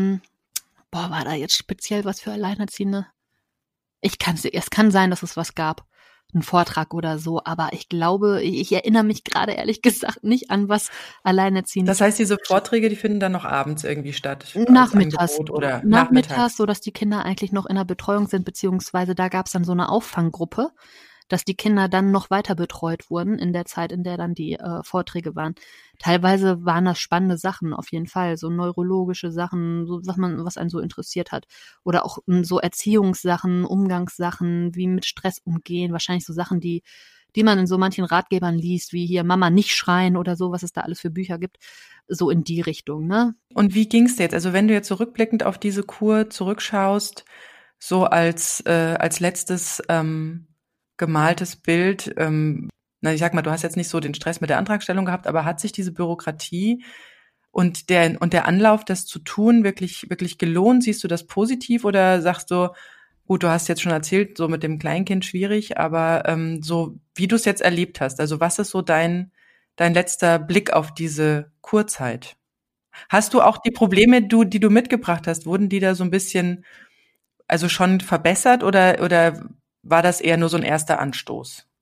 war da jetzt speziell was für Alleinerziehende? Es kann sein, dass es was gab. Ein Vortrag oder so, aber ich glaube, ich erinnere mich gerade ehrlich gesagt nicht an was Alleinerziehende. Das heißt, diese Vorträge, die finden dann noch abends irgendwie statt? Nachmittags, oder nachmittags, so dass die Kinder eigentlich noch in der Betreuung sind, beziehungsweise da gab es dann so eine Auffanggruppe, dass die Kinder dann noch weiter betreut wurden in der Zeit, in der dann die Vorträge waren. Teilweise waren das spannende Sachen, auf jeden Fall, so neurologische Sachen, so was einen so interessiert hat. Oder auch so Erziehungssachen, Umgangssachen, wie mit Stress umgehen, wahrscheinlich so Sachen, die man in so manchen Ratgebern liest, wie hier Mama nicht schreien oder so, was es da alles für Bücher gibt, so in die Richtung, ne? Und wie ging's dir jetzt? Also wenn du jetzt zurückblickend auf diese Kur zurückschaust, so als letztes gemaltes Bild, ich sag mal, du hast jetzt nicht so den Stress mit der Antragstellung gehabt, aber hat sich diese Bürokratie und der Anlauf, das zu tun, wirklich gelohnt? Siehst du das positiv oder sagst du, gut, du hast jetzt schon erzählt, so mit dem Kleinkind schwierig, aber so wie du es jetzt erlebt hast, also was ist so dein letzter Blick auf diese Kurzeit? Hast du auch die Probleme, die du mitgebracht hast, wurden die da so ein bisschen, also schon verbessert oder war das eher nur so ein erster Anstoß?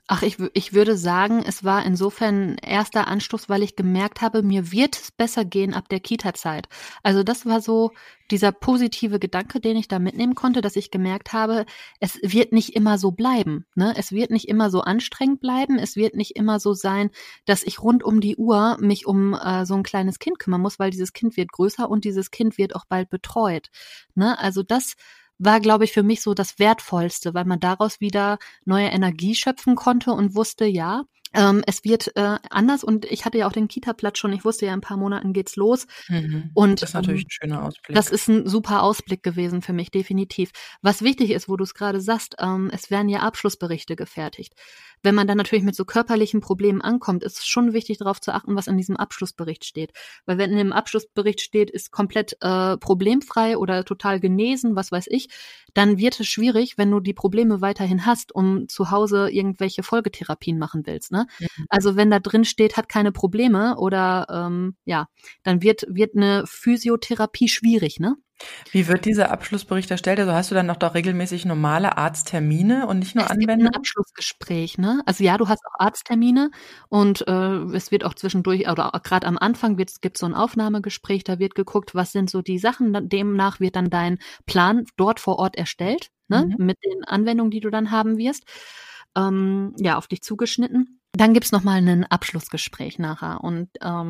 Ich würde sagen, es war insofern ein erster Anstoß, weil ich gemerkt habe, mir wird es besser gehen ab der Kita-Zeit. Also das war so dieser positive Gedanke, den ich da mitnehmen konnte, dass ich gemerkt habe, es wird nicht immer so bleiben, ne? Es wird nicht immer so anstrengend bleiben. Es wird nicht immer so sein, dass ich rund um die Uhr mich um so ein kleines Kind kümmern muss, weil dieses Kind wird größer und dieses Kind wird auch bald betreut, ne? Also das war, glaube ich, für mich so das Wertvollste, weil man daraus wieder neue Energie schöpfen konnte und wusste, ja, es wird anders. Und ich hatte ja auch den Kita-Platz schon. Ich wusste ja, in ein paar Monaten geht's los. Und Das ist natürlich ein schöner Ausblick. das ist ein super Ausblick gewesen für mich, definitiv. Was wichtig ist, wo du es gerade sagst, es werden ja Abschlussberichte gefertigt. Wenn man dann natürlich mit so körperlichen Problemen ankommt, ist es schon wichtig, darauf zu achten, was in diesem Abschlussbericht steht. Weil wenn in dem Abschlussbericht steht, ist komplett problemfrei oder total genesen, was weiß ich, dann wird es schwierig, wenn du die Probleme weiterhin hast, um zu Hause irgendwelche Folgetherapien machen willst, ne? Also wenn da drin steht, hat keine Probleme oder dann wird eine Physiotherapie schwierig, ne? Wie wird dieser Abschlussbericht erstellt? Also hast du dann noch da regelmäßig normale Arzttermine und nicht nur Es gibt ein Anwendungen? Abschlussgespräch, ne? Also ja, du hast auch Arzttermine und es wird auch zwischendurch oder auch grad am Anfang gibt's so ein Aufnahmegespräch, da wird geguckt, was sind so die Sachen, demnach wird dann dein Plan dort vor Ort erstellt, ne? Mhm. Mit den Anwendungen, die du dann haben wirst, auf dich zugeschnitten. Dann gibt's noch mal ein Abschlussgespräch nachher und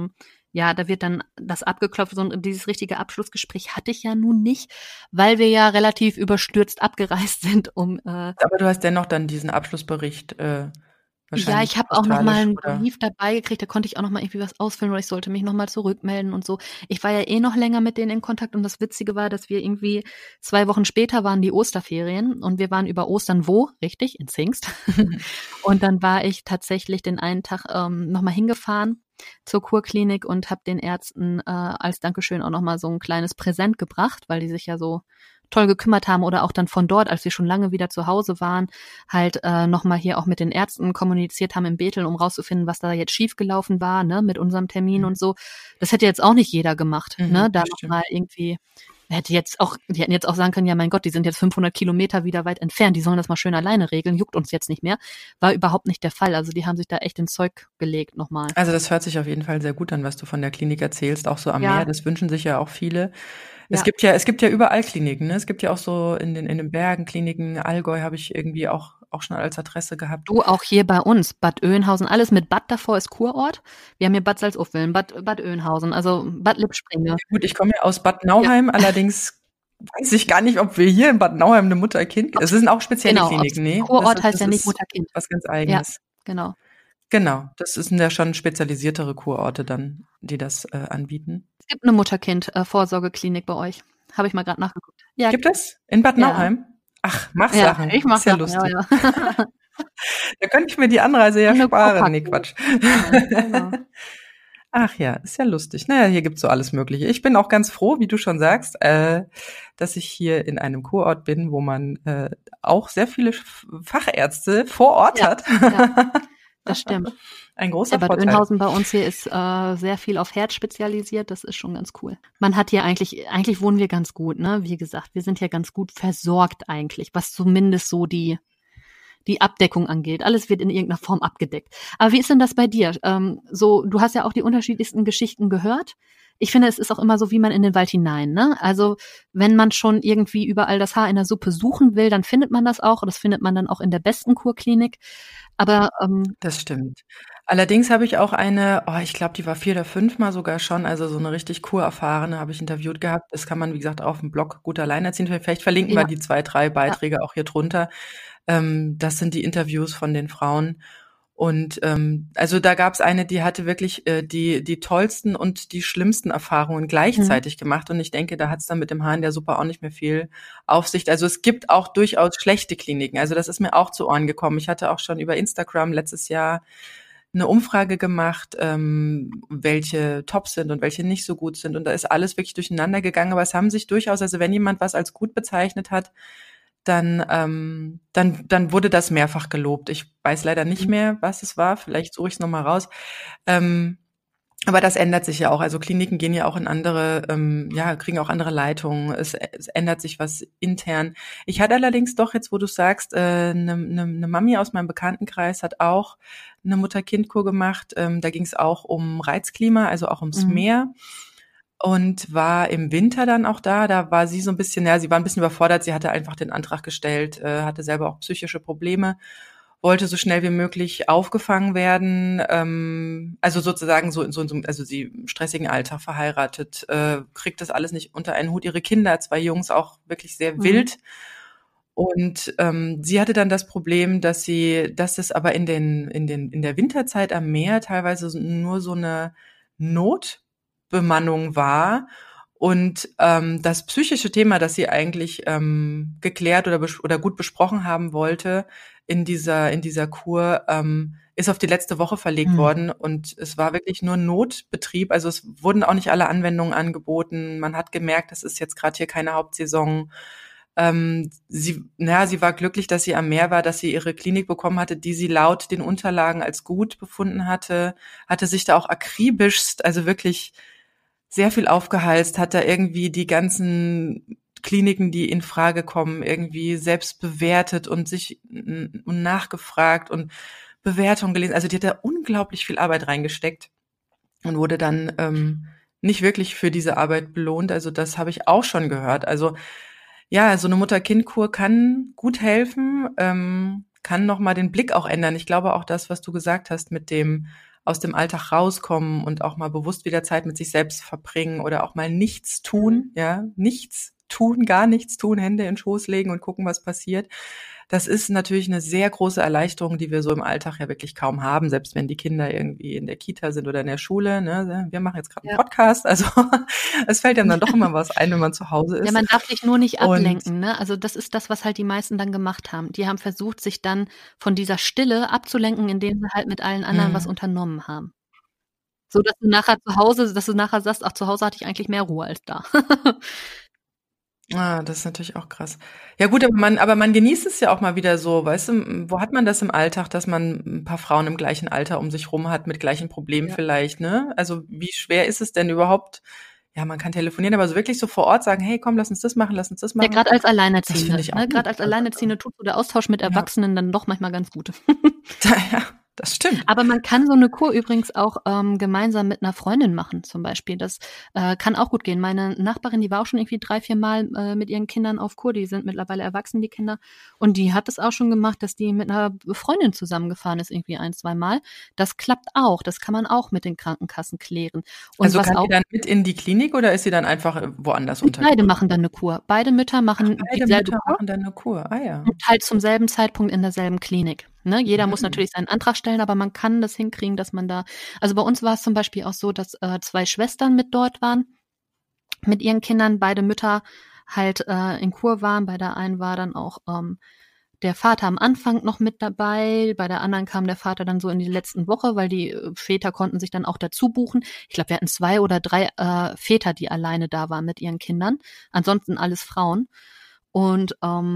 da wird dann das abgeklopft. So dieses richtige Abschlussgespräch hatte ich ja nun nicht, weil wir ja relativ überstürzt abgereist sind, Aber du hast dennoch dann diesen Abschlussbericht ja, wahrscheinlich ich habe auch noch mal postalisch einen oder? Brief dabei gekriegt, da konnte ich auch noch mal irgendwie was ausfüllen oder ich sollte mich noch mal zurückmelden und so. Ich war ja eh noch länger mit denen in Kontakt und das Witzige war, dass wir irgendwie 2 Wochen später waren die Osterferien und wir waren über Ostern wo? Richtig, in Zingst. Und dann war ich tatsächlich den einen Tag noch mal hingefahren zur Kurklinik und habe den Ärzten als Dankeschön auch noch mal so ein kleines Präsent gebracht, weil die sich ja so toll gekümmert haben oder auch dann von dort, als wir schon lange wieder zu Hause waren, halt nochmal hier auch mit den Ärzten kommuniziert haben in Bethel, um rauszufinden, was da jetzt schiefgelaufen war, ne, mit unserem Termin und so. Das hätte jetzt auch nicht jeder gemacht, ne, da Das stimmt. nochmal irgendwie, die hätten jetzt auch sagen können, ja mein Gott, die sind jetzt 500 Kilometer wieder weit entfernt, die sollen das mal schön alleine regeln, juckt uns jetzt nicht mehr. War überhaupt nicht der Fall, also die haben sich da echt ins Zeug gelegt nochmal. Also das hört sich auf jeden Fall sehr gut an, was du von der Klinik erzählst, auch so am Ja, Meer. Das wünschen sich ja auch viele. ja. Es gibt ja überall Kliniken, ne? Es gibt ja auch so in den Bergen Kliniken. Allgäu habe ich irgendwie auch schon als Adresse gehabt. Du, auch hier bei uns, Bad Oeynhausen, alles mit Bad davor ist Kurort. Wir haben hier Bad Salzuflen, Bad Oeynhausen, also Bad Lippspringe. Gut, ich komme ja aus Bad Ja, Nauheim, allerdings weiß ich gar nicht, ob wir hier in Bad Nauheim eine Mutter-Kind. Es sind auch spezielle genau. Kliniken, nee? Kurort heißt Das ja nicht ist Mutter-Kind. was ganz Ja, Eigenes. genau. Genau, das sind ja schon spezialisiertere Kurorte dann, die das anbieten. Es gibt eine Mutter-Kind-Vorsorgeklinik bei euch. Habe ich mal gerade nachgeguckt. Ja, Gibt es? In Bad ja, Nauheim? Ach, ja, Machsachen. ich mache Ist ja Sachen, ja, lustig. ja. Da könnte ich mir die Anreise ja Und eine sparen. Nee, Kurparkklinik. Quatsch. Genau. Ach ja, ist ja lustig. Naja, hier gibt's so alles Mögliche. Ich bin auch ganz froh, wie du schon sagst, dass ich hier in einem Kurort bin, wo man auch sehr viele Fachärzte vor Ort Ja, hat. ja, das stimmt. Ein Ja, großer Bad Vorteil. Oeynhausen bei uns hier ist sehr viel auf Herz spezialisiert. Das ist schon ganz cool. Man hat hier eigentlich wohnen wir ganz gut, ne? Wie gesagt, wir sind hier ganz gut versorgt eigentlich, was zumindest so die Abdeckung angeht. Alles wird in irgendeiner Form abgedeckt. Aber wie ist denn das bei dir? Du hast ja auch die unterschiedlichsten Geschichten gehört. Ich finde, es ist auch immer so, wie man in den Wald hinein, ne? Also, wenn man schon irgendwie überall das Haar in der Suppe suchen will, dann findet man das auch. Und das findet man dann auch in der besten Kurklinik. Aber, Das stimmt. Allerdings habe ich auch ich glaube, die war 4 oder 5 Mal sogar schon, also so eine richtig kurerfahrene habe ich interviewt gehabt. Das kann man, wie gesagt, auf dem Blog gut alleinerziehend. Vielleicht verlinken wir ja, die 2, 3 ja. Beiträge auch hier drunter. Das sind die Interviews von den Frauen. Und also da gab's eine, die hatte wirklich die tollsten und die schlimmsten Erfahrungen Mhm. gleichzeitig gemacht. Und ich denke, da hat's dann mit dem Haar in der Suppe auch nicht mehr viel Aufsicht. Also es gibt auch durchaus schlechte Kliniken. Also das ist mir auch zu Ohren gekommen. Ich hatte auch schon über Instagram letztes Jahr eine Umfrage gemacht, welche top sind und welche nicht so gut sind. Und da ist alles wirklich durcheinander gegangen. Aber es haben sich durchaus, also wenn jemand was als gut bezeichnet hat, dann wurde das mehrfach gelobt. Ich weiß leider nicht Mhm. mehr, was es war. Vielleicht suche ich es nochmal raus. Ähm, Aber das ändert sich ja auch. Also Kliniken gehen ja auch in andere, kriegen auch andere Leitungen. Es ändert sich was intern. Ich hatte allerdings doch jetzt, wo du sagst, eine Mami aus meinem Bekanntenkreis hat auch eine Mutter-Kind-Kur gemacht. Da ging es auch um Reizklima, also auch ums Meer. Und war im Winter dann auch da. Da war sie so ein bisschen, sie war ein bisschen überfordert. Sie hatte einfach den Antrag gestellt, hatte selber auch psychische Probleme, wollte so schnell wie möglich aufgefangen werden, also sozusagen also sie im stressigen Alter verheiratet, kriegt das alles nicht unter einen Hut. Ihre Kinder, 2 Jungs, auch wirklich sehr wild. Und sie hatte dann das Problem, dass es aber in der Winterzeit am Meer teilweise nur so eine Notbemannung war. Und das psychische Thema, das sie eigentlich geklärt oder gut besprochen haben wollte in dieser Kur, ist auf die letzte Woche verlegt worden. Und es war wirklich nur Notbetrieb. Also es wurden auch nicht alle Anwendungen angeboten. Man hat gemerkt, das ist jetzt gerade hier keine Hauptsaison. Sie war glücklich, dass sie am Meer war, dass sie ihre Klinik bekommen hatte, die sie laut den Unterlagen als gut befunden hatte sich da auch akribischst, also wirklich sehr viel aufgehalst, hat da irgendwie die ganzen Kliniken, die in Frage kommen, irgendwie selbst bewertet und nachgefragt und Bewertungen gelesen. Also die hat da unglaublich viel Arbeit reingesteckt und wurde dann nicht wirklich für diese Arbeit belohnt. Also das habe ich auch schon gehört. Also ja, so eine Mutter-Kind-Kur kann gut helfen, kann nochmal den Blick auch ändern. Ich glaube auch das, was du gesagt hast, mit dem aus dem Alltag rauskommen und auch mal bewusst wieder Zeit mit sich selbst verbringen oder auch mal nichts tun, nichts tun, gar nichts tun, Hände in den Schoß legen und gucken, was passiert. Das ist natürlich eine sehr große Erleichterung, die wir so im Alltag ja wirklich kaum haben, selbst wenn die Kinder irgendwie in der Kita sind oder in der Schule. Ne? Wir machen jetzt gerade einen Podcast, also es fällt einem dann doch immer was ein, wenn man zu Hause ist. Ja, man darf sich nur nicht ablenken, ne? Also das ist das, was halt die meisten dann gemacht haben. Die haben versucht, sich dann von dieser Stille abzulenken, indem sie halt mit allen anderen was unternommen haben. So, dass du nachher sagst, ach, zu Hause hatte ich eigentlich mehr Ruhe als da. Das ist natürlich auch krass. Ja gut, aber man genießt es ja auch mal wieder so, weißt du, wo hat man das im Alltag, dass man ein paar Frauen im gleichen Alter um sich rum hat, mit gleichen Problemen vielleicht, ne? Also wie schwer ist es denn überhaupt? Ja, man kann telefonieren, aber so wirklich so vor Ort sagen, hey, komm, lass uns das machen. Ja, gerade als Alleinerziehende. Das finde ich auch gerade als Alleinerziehende tut so der Austausch mit Erwachsenen dann doch manchmal ganz gut. Ja, das stimmt. Aber man kann so eine Kur übrigens auch gemeinsam mit einer Freundin machen zum Beispiel. Das kann auch gut gehen. Meine Nachbarin, die war auch schon irgendwie 3-4 Mal mit ihren Kindern auf Kur. Die sind mittlerweile erwachsen, die Kinder. Und die hat es auch schon gemacht, dass die mit einer Freundin zusammengefahren ist, irgendwie 1-2 Mal. Das klappt auch. Das kann man auch mit den Krankenkassen klären. Und also kann die dann mit in die Klinik oder ist sie dann einfach woanders untergebracht? Beide machen dann eine Kur. Beide Mütter machen dieselbe Kur. Machen dann eine Kur. Ah ja. Und halt zum selben Zeitpunkt in derselben Klinik. Ne? Jeder muss natürlich seinen Antrag stellen, aber man kann das hinkriegen, dass man da, also bei uns war es zum Beispiel auch so, dass 2 Schwestern mit dort waren, mit ihren Kindern, beide Mütter halt in Kur waren. Bei der einen war dann auch der Vater am Anfang noch mit dabei, bei der anderen kam der Vater dann so in die letzten Woche, weil die Väter konnten sich dann auch dazu buchen. Ich glaube, wir hatten 2 oder 3 Väter, die alleine da waren mit ihren Kindern. Ansonsten alles Frauen. Und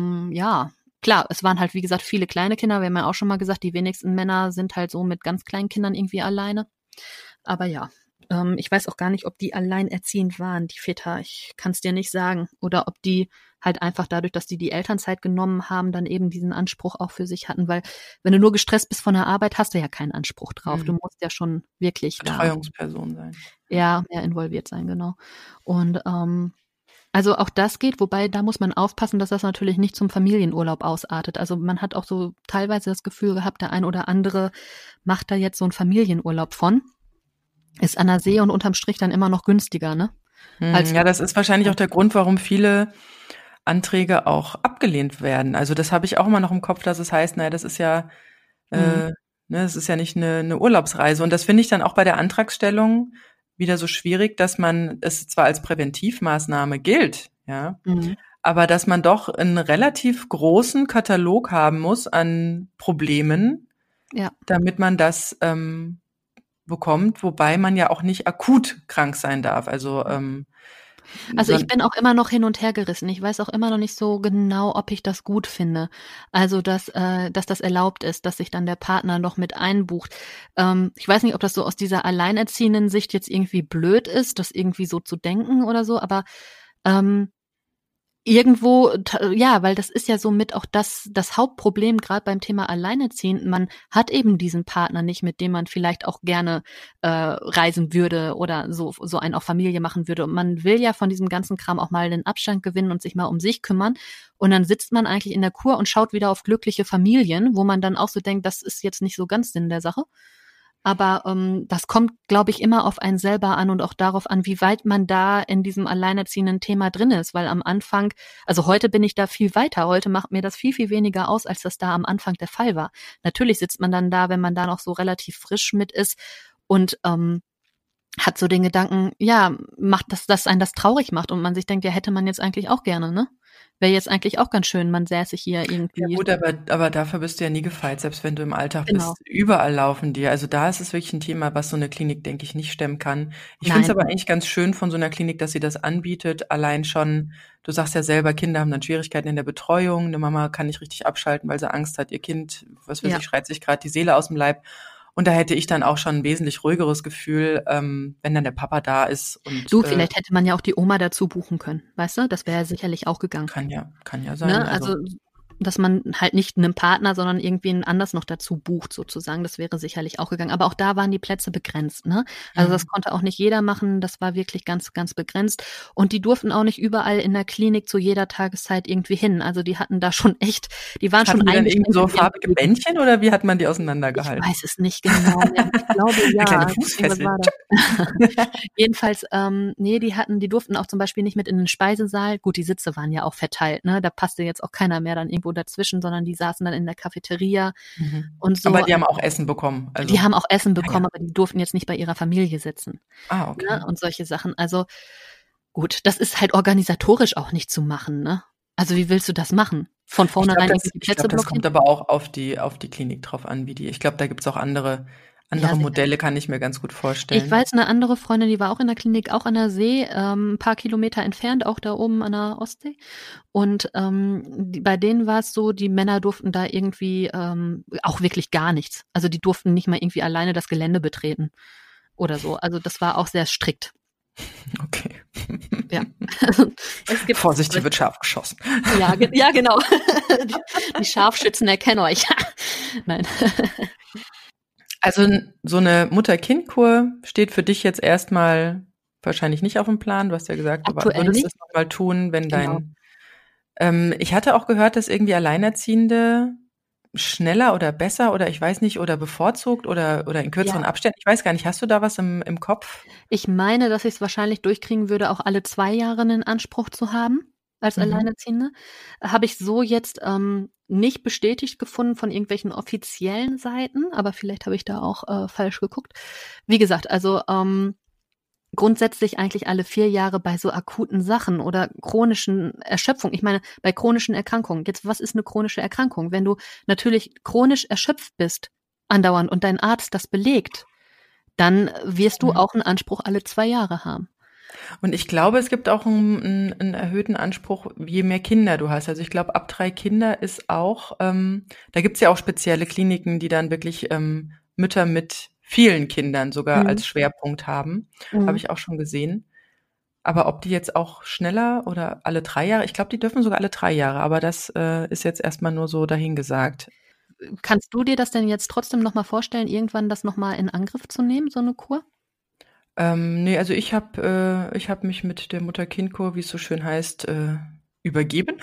klar, es waren halt, wie gesagt, viele kleine Kinder. Wir haben ja auch schon mal gesagt, die wenigsten Männer sind halt so mit ganz kleinen Kindern irgendwie alleine. Aber ja, ich weiß auch gar nicht, ob die alleinerziehend waren, die Väter. Ich kann es dir nicht sagen. Oder ob die halt einfach dadurch, dass die Elternzeit genommen haben, dann eben diesen Anspruch auch für sich hatten. Weil wenn du nur gestresst bist von der Arbeit, hast du ja keinen Anspruch drauf. Du musst ja schon wirklich Betreuungsperson sein. Ja, mehr involviert sein, genau. Und also auch das geht, wobei da muss man aufpassen, dass das natürlich nicht zum Familienurlaub ausartet. Also man hat auch so teilweise das Gefühl gehabt, der ein oder andere macht da jetzt so einen Familienurlaub von. Ist an der See und unterm Strich dann immer noch günstiger, ne? Ja, das ist wahrscheinlich auch der Grund, warum viele Anträge auch abgelehnt werden. Also das habe ich auch immer noch im Kopf, dass es heißt, naja, das ist ja, das ist ja nicht eine Urlaubsreise. Und das finde ich dann auch bei der Antragstellung wieder so schwierig, dass man es zwar als Präventivmaßnahme gilt, aber dass man doch einen relativ großen Katalog haben muss an Problemen, damit man das bekommt, wobei man ja auch nicht akut krank sein darf. Also Also ich bin auch immer noch hin und her gerissen. Ich weiß auch immer noch nicht so genau, ob ich das gut finde. Also dass das erlaubt ist, dass sich dann der Partner noch mit einbucht. Ich weiß nicht, ob das so aus dieser alleinerziehenden Sicht jetzt irgendwie blöd ist, das irgendwie so zu denken oder so, aber irgendwo, ja, weil das ist ja somit auch das Hauptproblem, gerade beim Thema Alleinerziehend. Man hat eben diesen Partner nicht, mit dem man vielleicht auch gerne reisen würde oder so einen auch Familie machen würde. Und man will ja von diesem ganzen Kram auch mal den Abstand gewinnen und sich mal um sich kümmern. Und dann sitzt man eigentlich in der Kur und schaut wieder auf glückliche Familien, wo man dann auch so denkt, das ist jetzt nicht so ganz Sinn der Sache. Aber das kommt, glaube ich, immer auf einen selber an und auch darauf an, wie weit man da in diesem alleinerziehenden Thema drin ist. Weil am Anfang, also heute bin ich da viel weiter. Heute macht mir das viel, viel weniger aus, als das da am Anfang der Fall war. Natürlich sitzt man dann da, wenn man da noch so relativ frisch mit ist und hat so den Gedanken, ja, macht das einen das traurig macht und man sich denkt, ja, hätte man jetzt eigentlich auch gerne, ne? Wäre jetzt eigentlich auch ganz schön, man säße hier irgendwie. Ja gut, aber dafür bist du ja nie gefeit, selbst wenn du im Alltag Genau. bist. Überall laufen die. Also da ist es wirklich ein Thema, was so eine Klinik, denke ich, nicht stemmen kann. Ich finde es Nein. aber eigentlich ganz schön von so einer Klinik, dass sie das anbietet. Allein schon, du sagst ja selber, Kinder haben dann Schwierigkeiten in der Betreuung. Eine Mama kann nicht richtig abschalten, weil sie Angst hat, ihr Kind, was weiß Ja. ich, schreit sich gerade die Seele aus dem Leib. Und da hätte ich dann auch schon ein wesentlich ruhigeres Gefühl, wenn dann der Papa da ist. Und Du, vielleicht hätte man ja auch die Oma dazu buchen können, weißt du? Das wäre ja sicherlich auch gegangen. kann ja sein. Ne? Also, dass man halt nicht einen Partner, sondern irgendwen anders noch dazu bucht, sozusagen. Das wäre sicherlich auch gegangen. Aber auch da waren die Plätze begrenzt, ne? Also das konnte auch nicht jeder machen. Das war wirklich ganz, ganz begrenzt. Und die durften auch nicht überall in der Klinik zu jeder Tageszeit irgendwie hin. Also die hatten da schon echt, die waren hatten schon die dann eingeschränkt. irgendwie so farbige Bändchen oder wie hat man die auseinandergehalten? Ich weiß es nicht genau. Ja, ich glaube, ja. Eine kleine Fußfessel. Jedenfalls, nee, die durften auch zum Beispiel nicht mit in den Speisesaal. Gut, die Sitze waren ja auch verteilt, ne? Da passte jetzt auch keiner mehr dann irgendwo dazwischen, sondern die saßen dann in der Cafeteria und so. Aber die haben auch Essen bekommen. Also. Die haben auch Essen bekommen, aber die durften jetzt nicht bei ihrer Familie sitzen. Ah, okay. Ne? Und solche Sachen. Also gut, das ist halt organisatorisch auch nicht zu machen, ne? Also wie willst du das machen? Von vornherein die Plätze blockieren? Das kommt aber auch auf die Klinik drauf an, wie die. Ich glaube, da gibt's auch andere Modelle, kann ich mir ganz gut vorstellen. Ich weiß, eine andere Freundin, die war auch in der Klinik, auch an der See, ein paar Kilometer entfernt, auch da oben an der Ostsee. Und bei denen war es so, die Männer durften da irgendwie auch wirklich gar nichts. Also die durften nicht mal irgendwie alleine das Gelände betreten oder so. Also das war auch sehr strikt. Okay. Ja. Vorsicht, hier wird scharf geschossen. Ja, genau. Die Scharfschützen erkennen euch. Nein. Also so eine Mutter-Kind-Kur steht für dich jetzt erstmal wahrscheinlich nicht auf dem Plan. Du hast ja gesagt, du würdest es nochmal tun, wenn ich hatte auch gehört, dass irgendwie Alleinerziehende schneller oder besser oder ich weiß nicht, oder bevorzugt oder in kürzeren Abständen. Ich weiß gar nicht, hast du da was im Kopf? Ich meine, dass ich es wahrscheinlich durchkriegen würde, auch alle 2 Jahre einen Anspruch zu haben als Alleinerziehende. Habe ich so jetzt nicht bestätigt gefunden von irgendwelchen offiziellen Seiten, aber vielleicht habe ich da auch falsch geguckt. Wie gesagt, also grundsätzlich eigentlich alle 4 Jahre bei so akuten Sachen oder chronischen Erschöpfung. Ich meine, bei chronischen Erkrankungen. Jetzt, was ist eine chronische Erkrankung? Wenn du natürlich chronisch erschöpft bist, andauernd, und dein Arzt das belegt, dann wirst du auch einen Anspruch alle 2 Jahre haben. Und ich glaube, es gibt auch einen erhöhten Anspruch, je mehr Kinder du hast. Also ich glaube, ab 3 Kinder ist auch, da gibt's ja auch spezielle Kliniken, die dann wirklich Mütter mit vielen Kindern sogar als Schwerpunkt haben. Habe ich auch schon gesehen. Aber ob die jetzt auch schneller oder alle 3 Jahre, ich glaube, die dürfen sogar alle 3 Jahre, aber das ist jetzt erstmal nur so dahingesagt. Kannst du dir das denn jetzt trotzdem nochmal vorstellen, irgendwann das nochmal in Angriff zu nehmen, so eine Kur? Nee, also ich hab mich mit der Mutter-Kind-Kur, wie es so schön heißt, übergeben.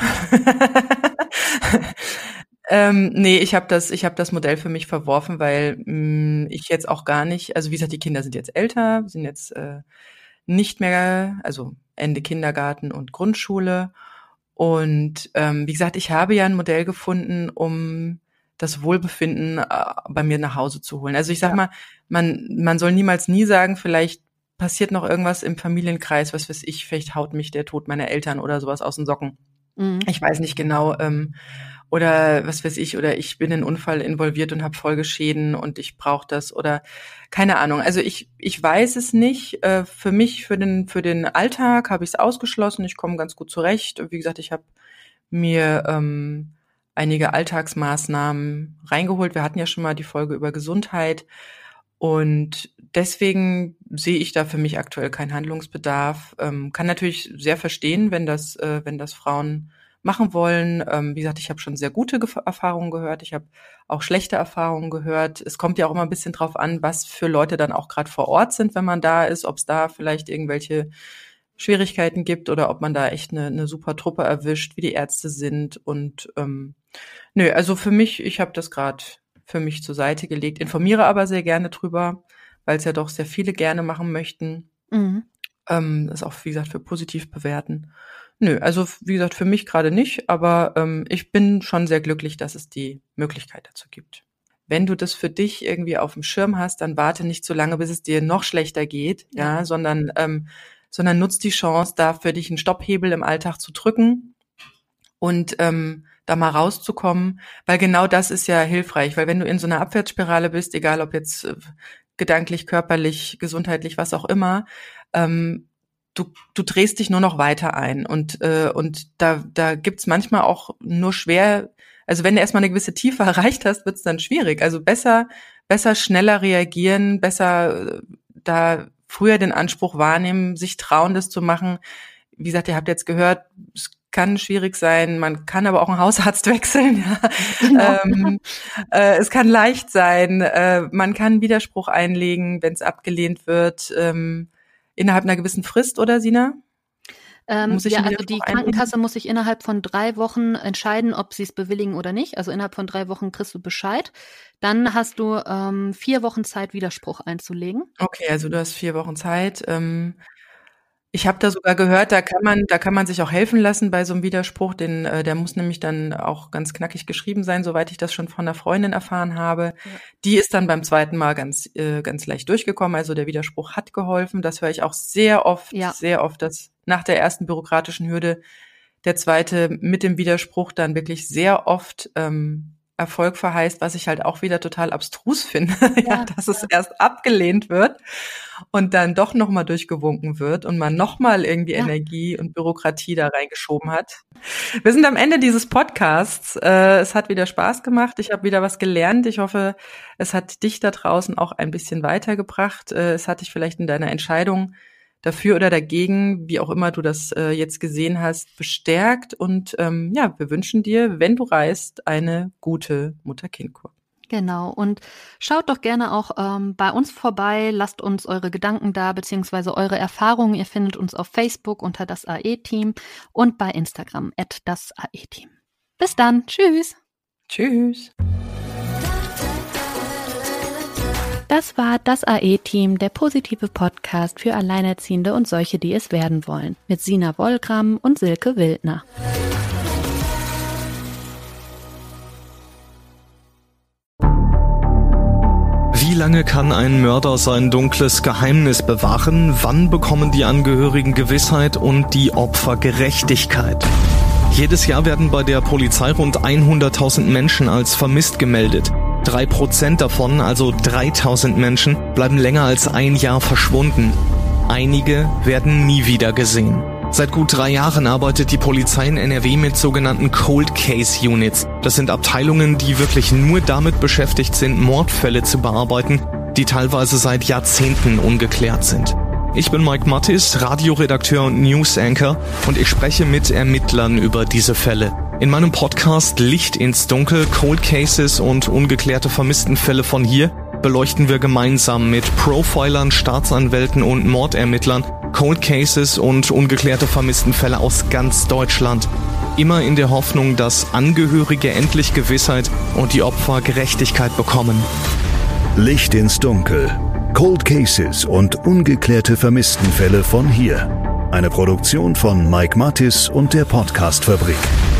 Nee, ich habe das Modell für mich verworfen, weil ich jetzt auch gar nicht, also wie gesagt, die Kinder sind jetzt älter, sind jetzt nicht mehr, also Ende Kindergarten und Grundschule. Und wie gesagt, ich habe ja ein Modell gefunden, um das Wohlbefinden bei mir nach Hause zu holen. Also ich sag mal, man soll niemals nie sagen, vielleicht passiert noch irgendwas im Familienkreis, was weiß ich, vielleicht haut mich der Tod meiner Eltern oder sowas aus den Socken. Ich weiß nicht genau, oder was weiß ich, oder ich bin in einen Unfall involviert und habe Folgeschäden und ich brauche das oder keine Ahnung. Also ich weiß es nicht. Für mich, für den Alltag habe ich es ausgeschlossen. Ich komme ganz gut zurecht. Wie gesagt, ich habe mir einige Alltagsmaßnahmen reingeholt. Wir hatten ja schon mal die Folge über Gesundheit und deswegen sehe ich da für mich aktuell keinen Handlungsbedarf. Kann natürlich sehr verstehen, wenn das Frauen machen wollen. Wie gesagt, ich habe schon sehr gute Erfahrungen gehört. Ich habe auch schlechte Erfahrungen gehört. Es kommt ja auch immer ein bisschen drauf an, was für Leute dann auch gerade vor Ort sind, wenn man da ist, ob es da vielleicht irgendwelche Schwierigkeiten gibt oder ob man da echt eine super Truppe erwischt, wie die Ärzte sind. Und also für mich, ich habe das gerade für mich zur Seite gelegt, informiere aber sehr gerne drüber, weil es ja doch sehr viele gerne machen möchten. Das auch, wie gesagt, für positiv bewerten. Also wie gesagt, für mich gerade nicht, aber ich bin schon sehr glücklich, dass es die Möglichkeit dazu gibt. Wenn du das für dich irgendwie auf dem Schirm hast, dann warte nicht so lange, bis es dir noch schlechter geht, sondern nutz die Chance, da für dich einen Stopphebel im Alltag zu drücken und da mal rauszukommen, weil genau das ist ja hilfreich, weil wenn du in so einer Abwärtsspirale bist, egal ob jetzt gedanklich, körperlich, gesundheitlich, was auch immer, du drehst dich nur noch weiter ein und da gibt's manchmal auch nur schwer, also wenn du erstmal eine gewisse Tiefe erreicht hast, wird's dann schwierig. Also besser schneller reagieren, besser da früher den Anspruch wahrnehmen, sich trauen, das zu machen. Wie gesagt, ihr habt jetzt gehört, es kann schwierig sein, man kann aber auch einen Hausarzt wechseln. Ja. Genau. Es kann leicht sein, man kann einen Widerspruch einlegen, wenn es abgelehnt wird, innerhalb einer gewissen Frist, oder Sina? Also die Krankenkasse muss sich innerhalb von 3 Wochen entscheiden, ob sie es bewilligen oder nicht. Also innerhalb von 3 Wochen kriegst du Bescheid. Dann hast du 4 Wochen Zeit, Widerspruch einzulegen. Okay, also du hast 4 Wochen Zeit. Ich habe da sogar gehört, da kann man sich auch helfen lassen bei so einem Widerspruch, der muss nämlich dann auch ganz knackig geschrieben sein, soweit ich das schon von einer Freundin erfahren habe. Ja. Die ist dann beim zweiten Mal ganz leicht durchgekommen, also der Widerspruch hat geholfen. Das höre ich auch sehr oft, dass nach der ersten bürokratischen Hürde der zweite mit dem Widerspruch dann wirklich sehr oft Erfolg verheißt, was ich halt auch wieder total abstrus finde, dass es erst abgelehnt wird und dann doch nochmal durchgewunken wird und man nochmal irgendwie Energie und Bürokratie da reingeschoben hat. Wir sind am Ende dieses Podcasts. Es hat wieder Spaß gemacht. Ich habe wieder was gelernt. Ich hoffe, es hat dich da draußen auch ein bisschen weitergebracht. Es hat dich vielleicht in deiner Entscheidung dafür oder dagegen, wie auch immer du das jetzt gesehen hast, bestärkt. Und wir wünschen dir, wenn du reist, eine gute Mutter-Kind-Kur. Genau. Und schaut doch gerne auch bei uns vorbei. Lasst uns eure Gedanken da, beziehungsweise eure Erfahrungen. Ihr findet uns auf Facebook unter das AE-Team und bei Instagram @das AE-Team. Bis dann. Tschüss. Tschüss. Das war das AE-Team, der positive Podcast für Alleinerziehende und solche, die es werden wollen, mit Sina Wollgramm und Silke Wildner. Wie lange kann ein Mörder sein dunkles Geheimnis bewahren? Wann bekommen die Angehörigen Gewissheit und die Opfer Gerechtigkeit? Jedes Jahr werden bei der Polizei rund 100.000 Menschen als vermisst gemeldet. 3% davon, also 3.000 Menschen, bleiben länger als 1 Jahr verschwunden. Einige werden nie wieder gesehen. Seit gut 3 Jahren arbeitet die Polizei in NRW mit sogenannten Cold Case Units. Das sind Abteilungen, die wirklich nur damit beschäftigt sind, Mordfälle zu bearbeiten, die teilweise seit Jahrzehnten ungeklärt sind. Ich bin Mike Mattis, Radioredakteur und News Anchor, und ich spreche mit Ermittlern über diese Fälle. In meinem Podcast Licht ins Dunkel, Cold Cases und ungeklärte Vermisstenfälle von hier beleuchten wir gemeinsam mit Profilern, Staatsanwälten und Mordermittlern Cold Cases und ungeklärte Vermisstenfälle aus ganz Deutschland. Immer in der Hoffnung, dass Angehörige endlich Gewissheit und die Opfer Gerechtigkeit bekommen. Licht ins Dunkel. Cold Cases und ungeklärte Vermisstenfälle von hier. Eine Produktion von Mike Mattis und der Podcast-Fabrik.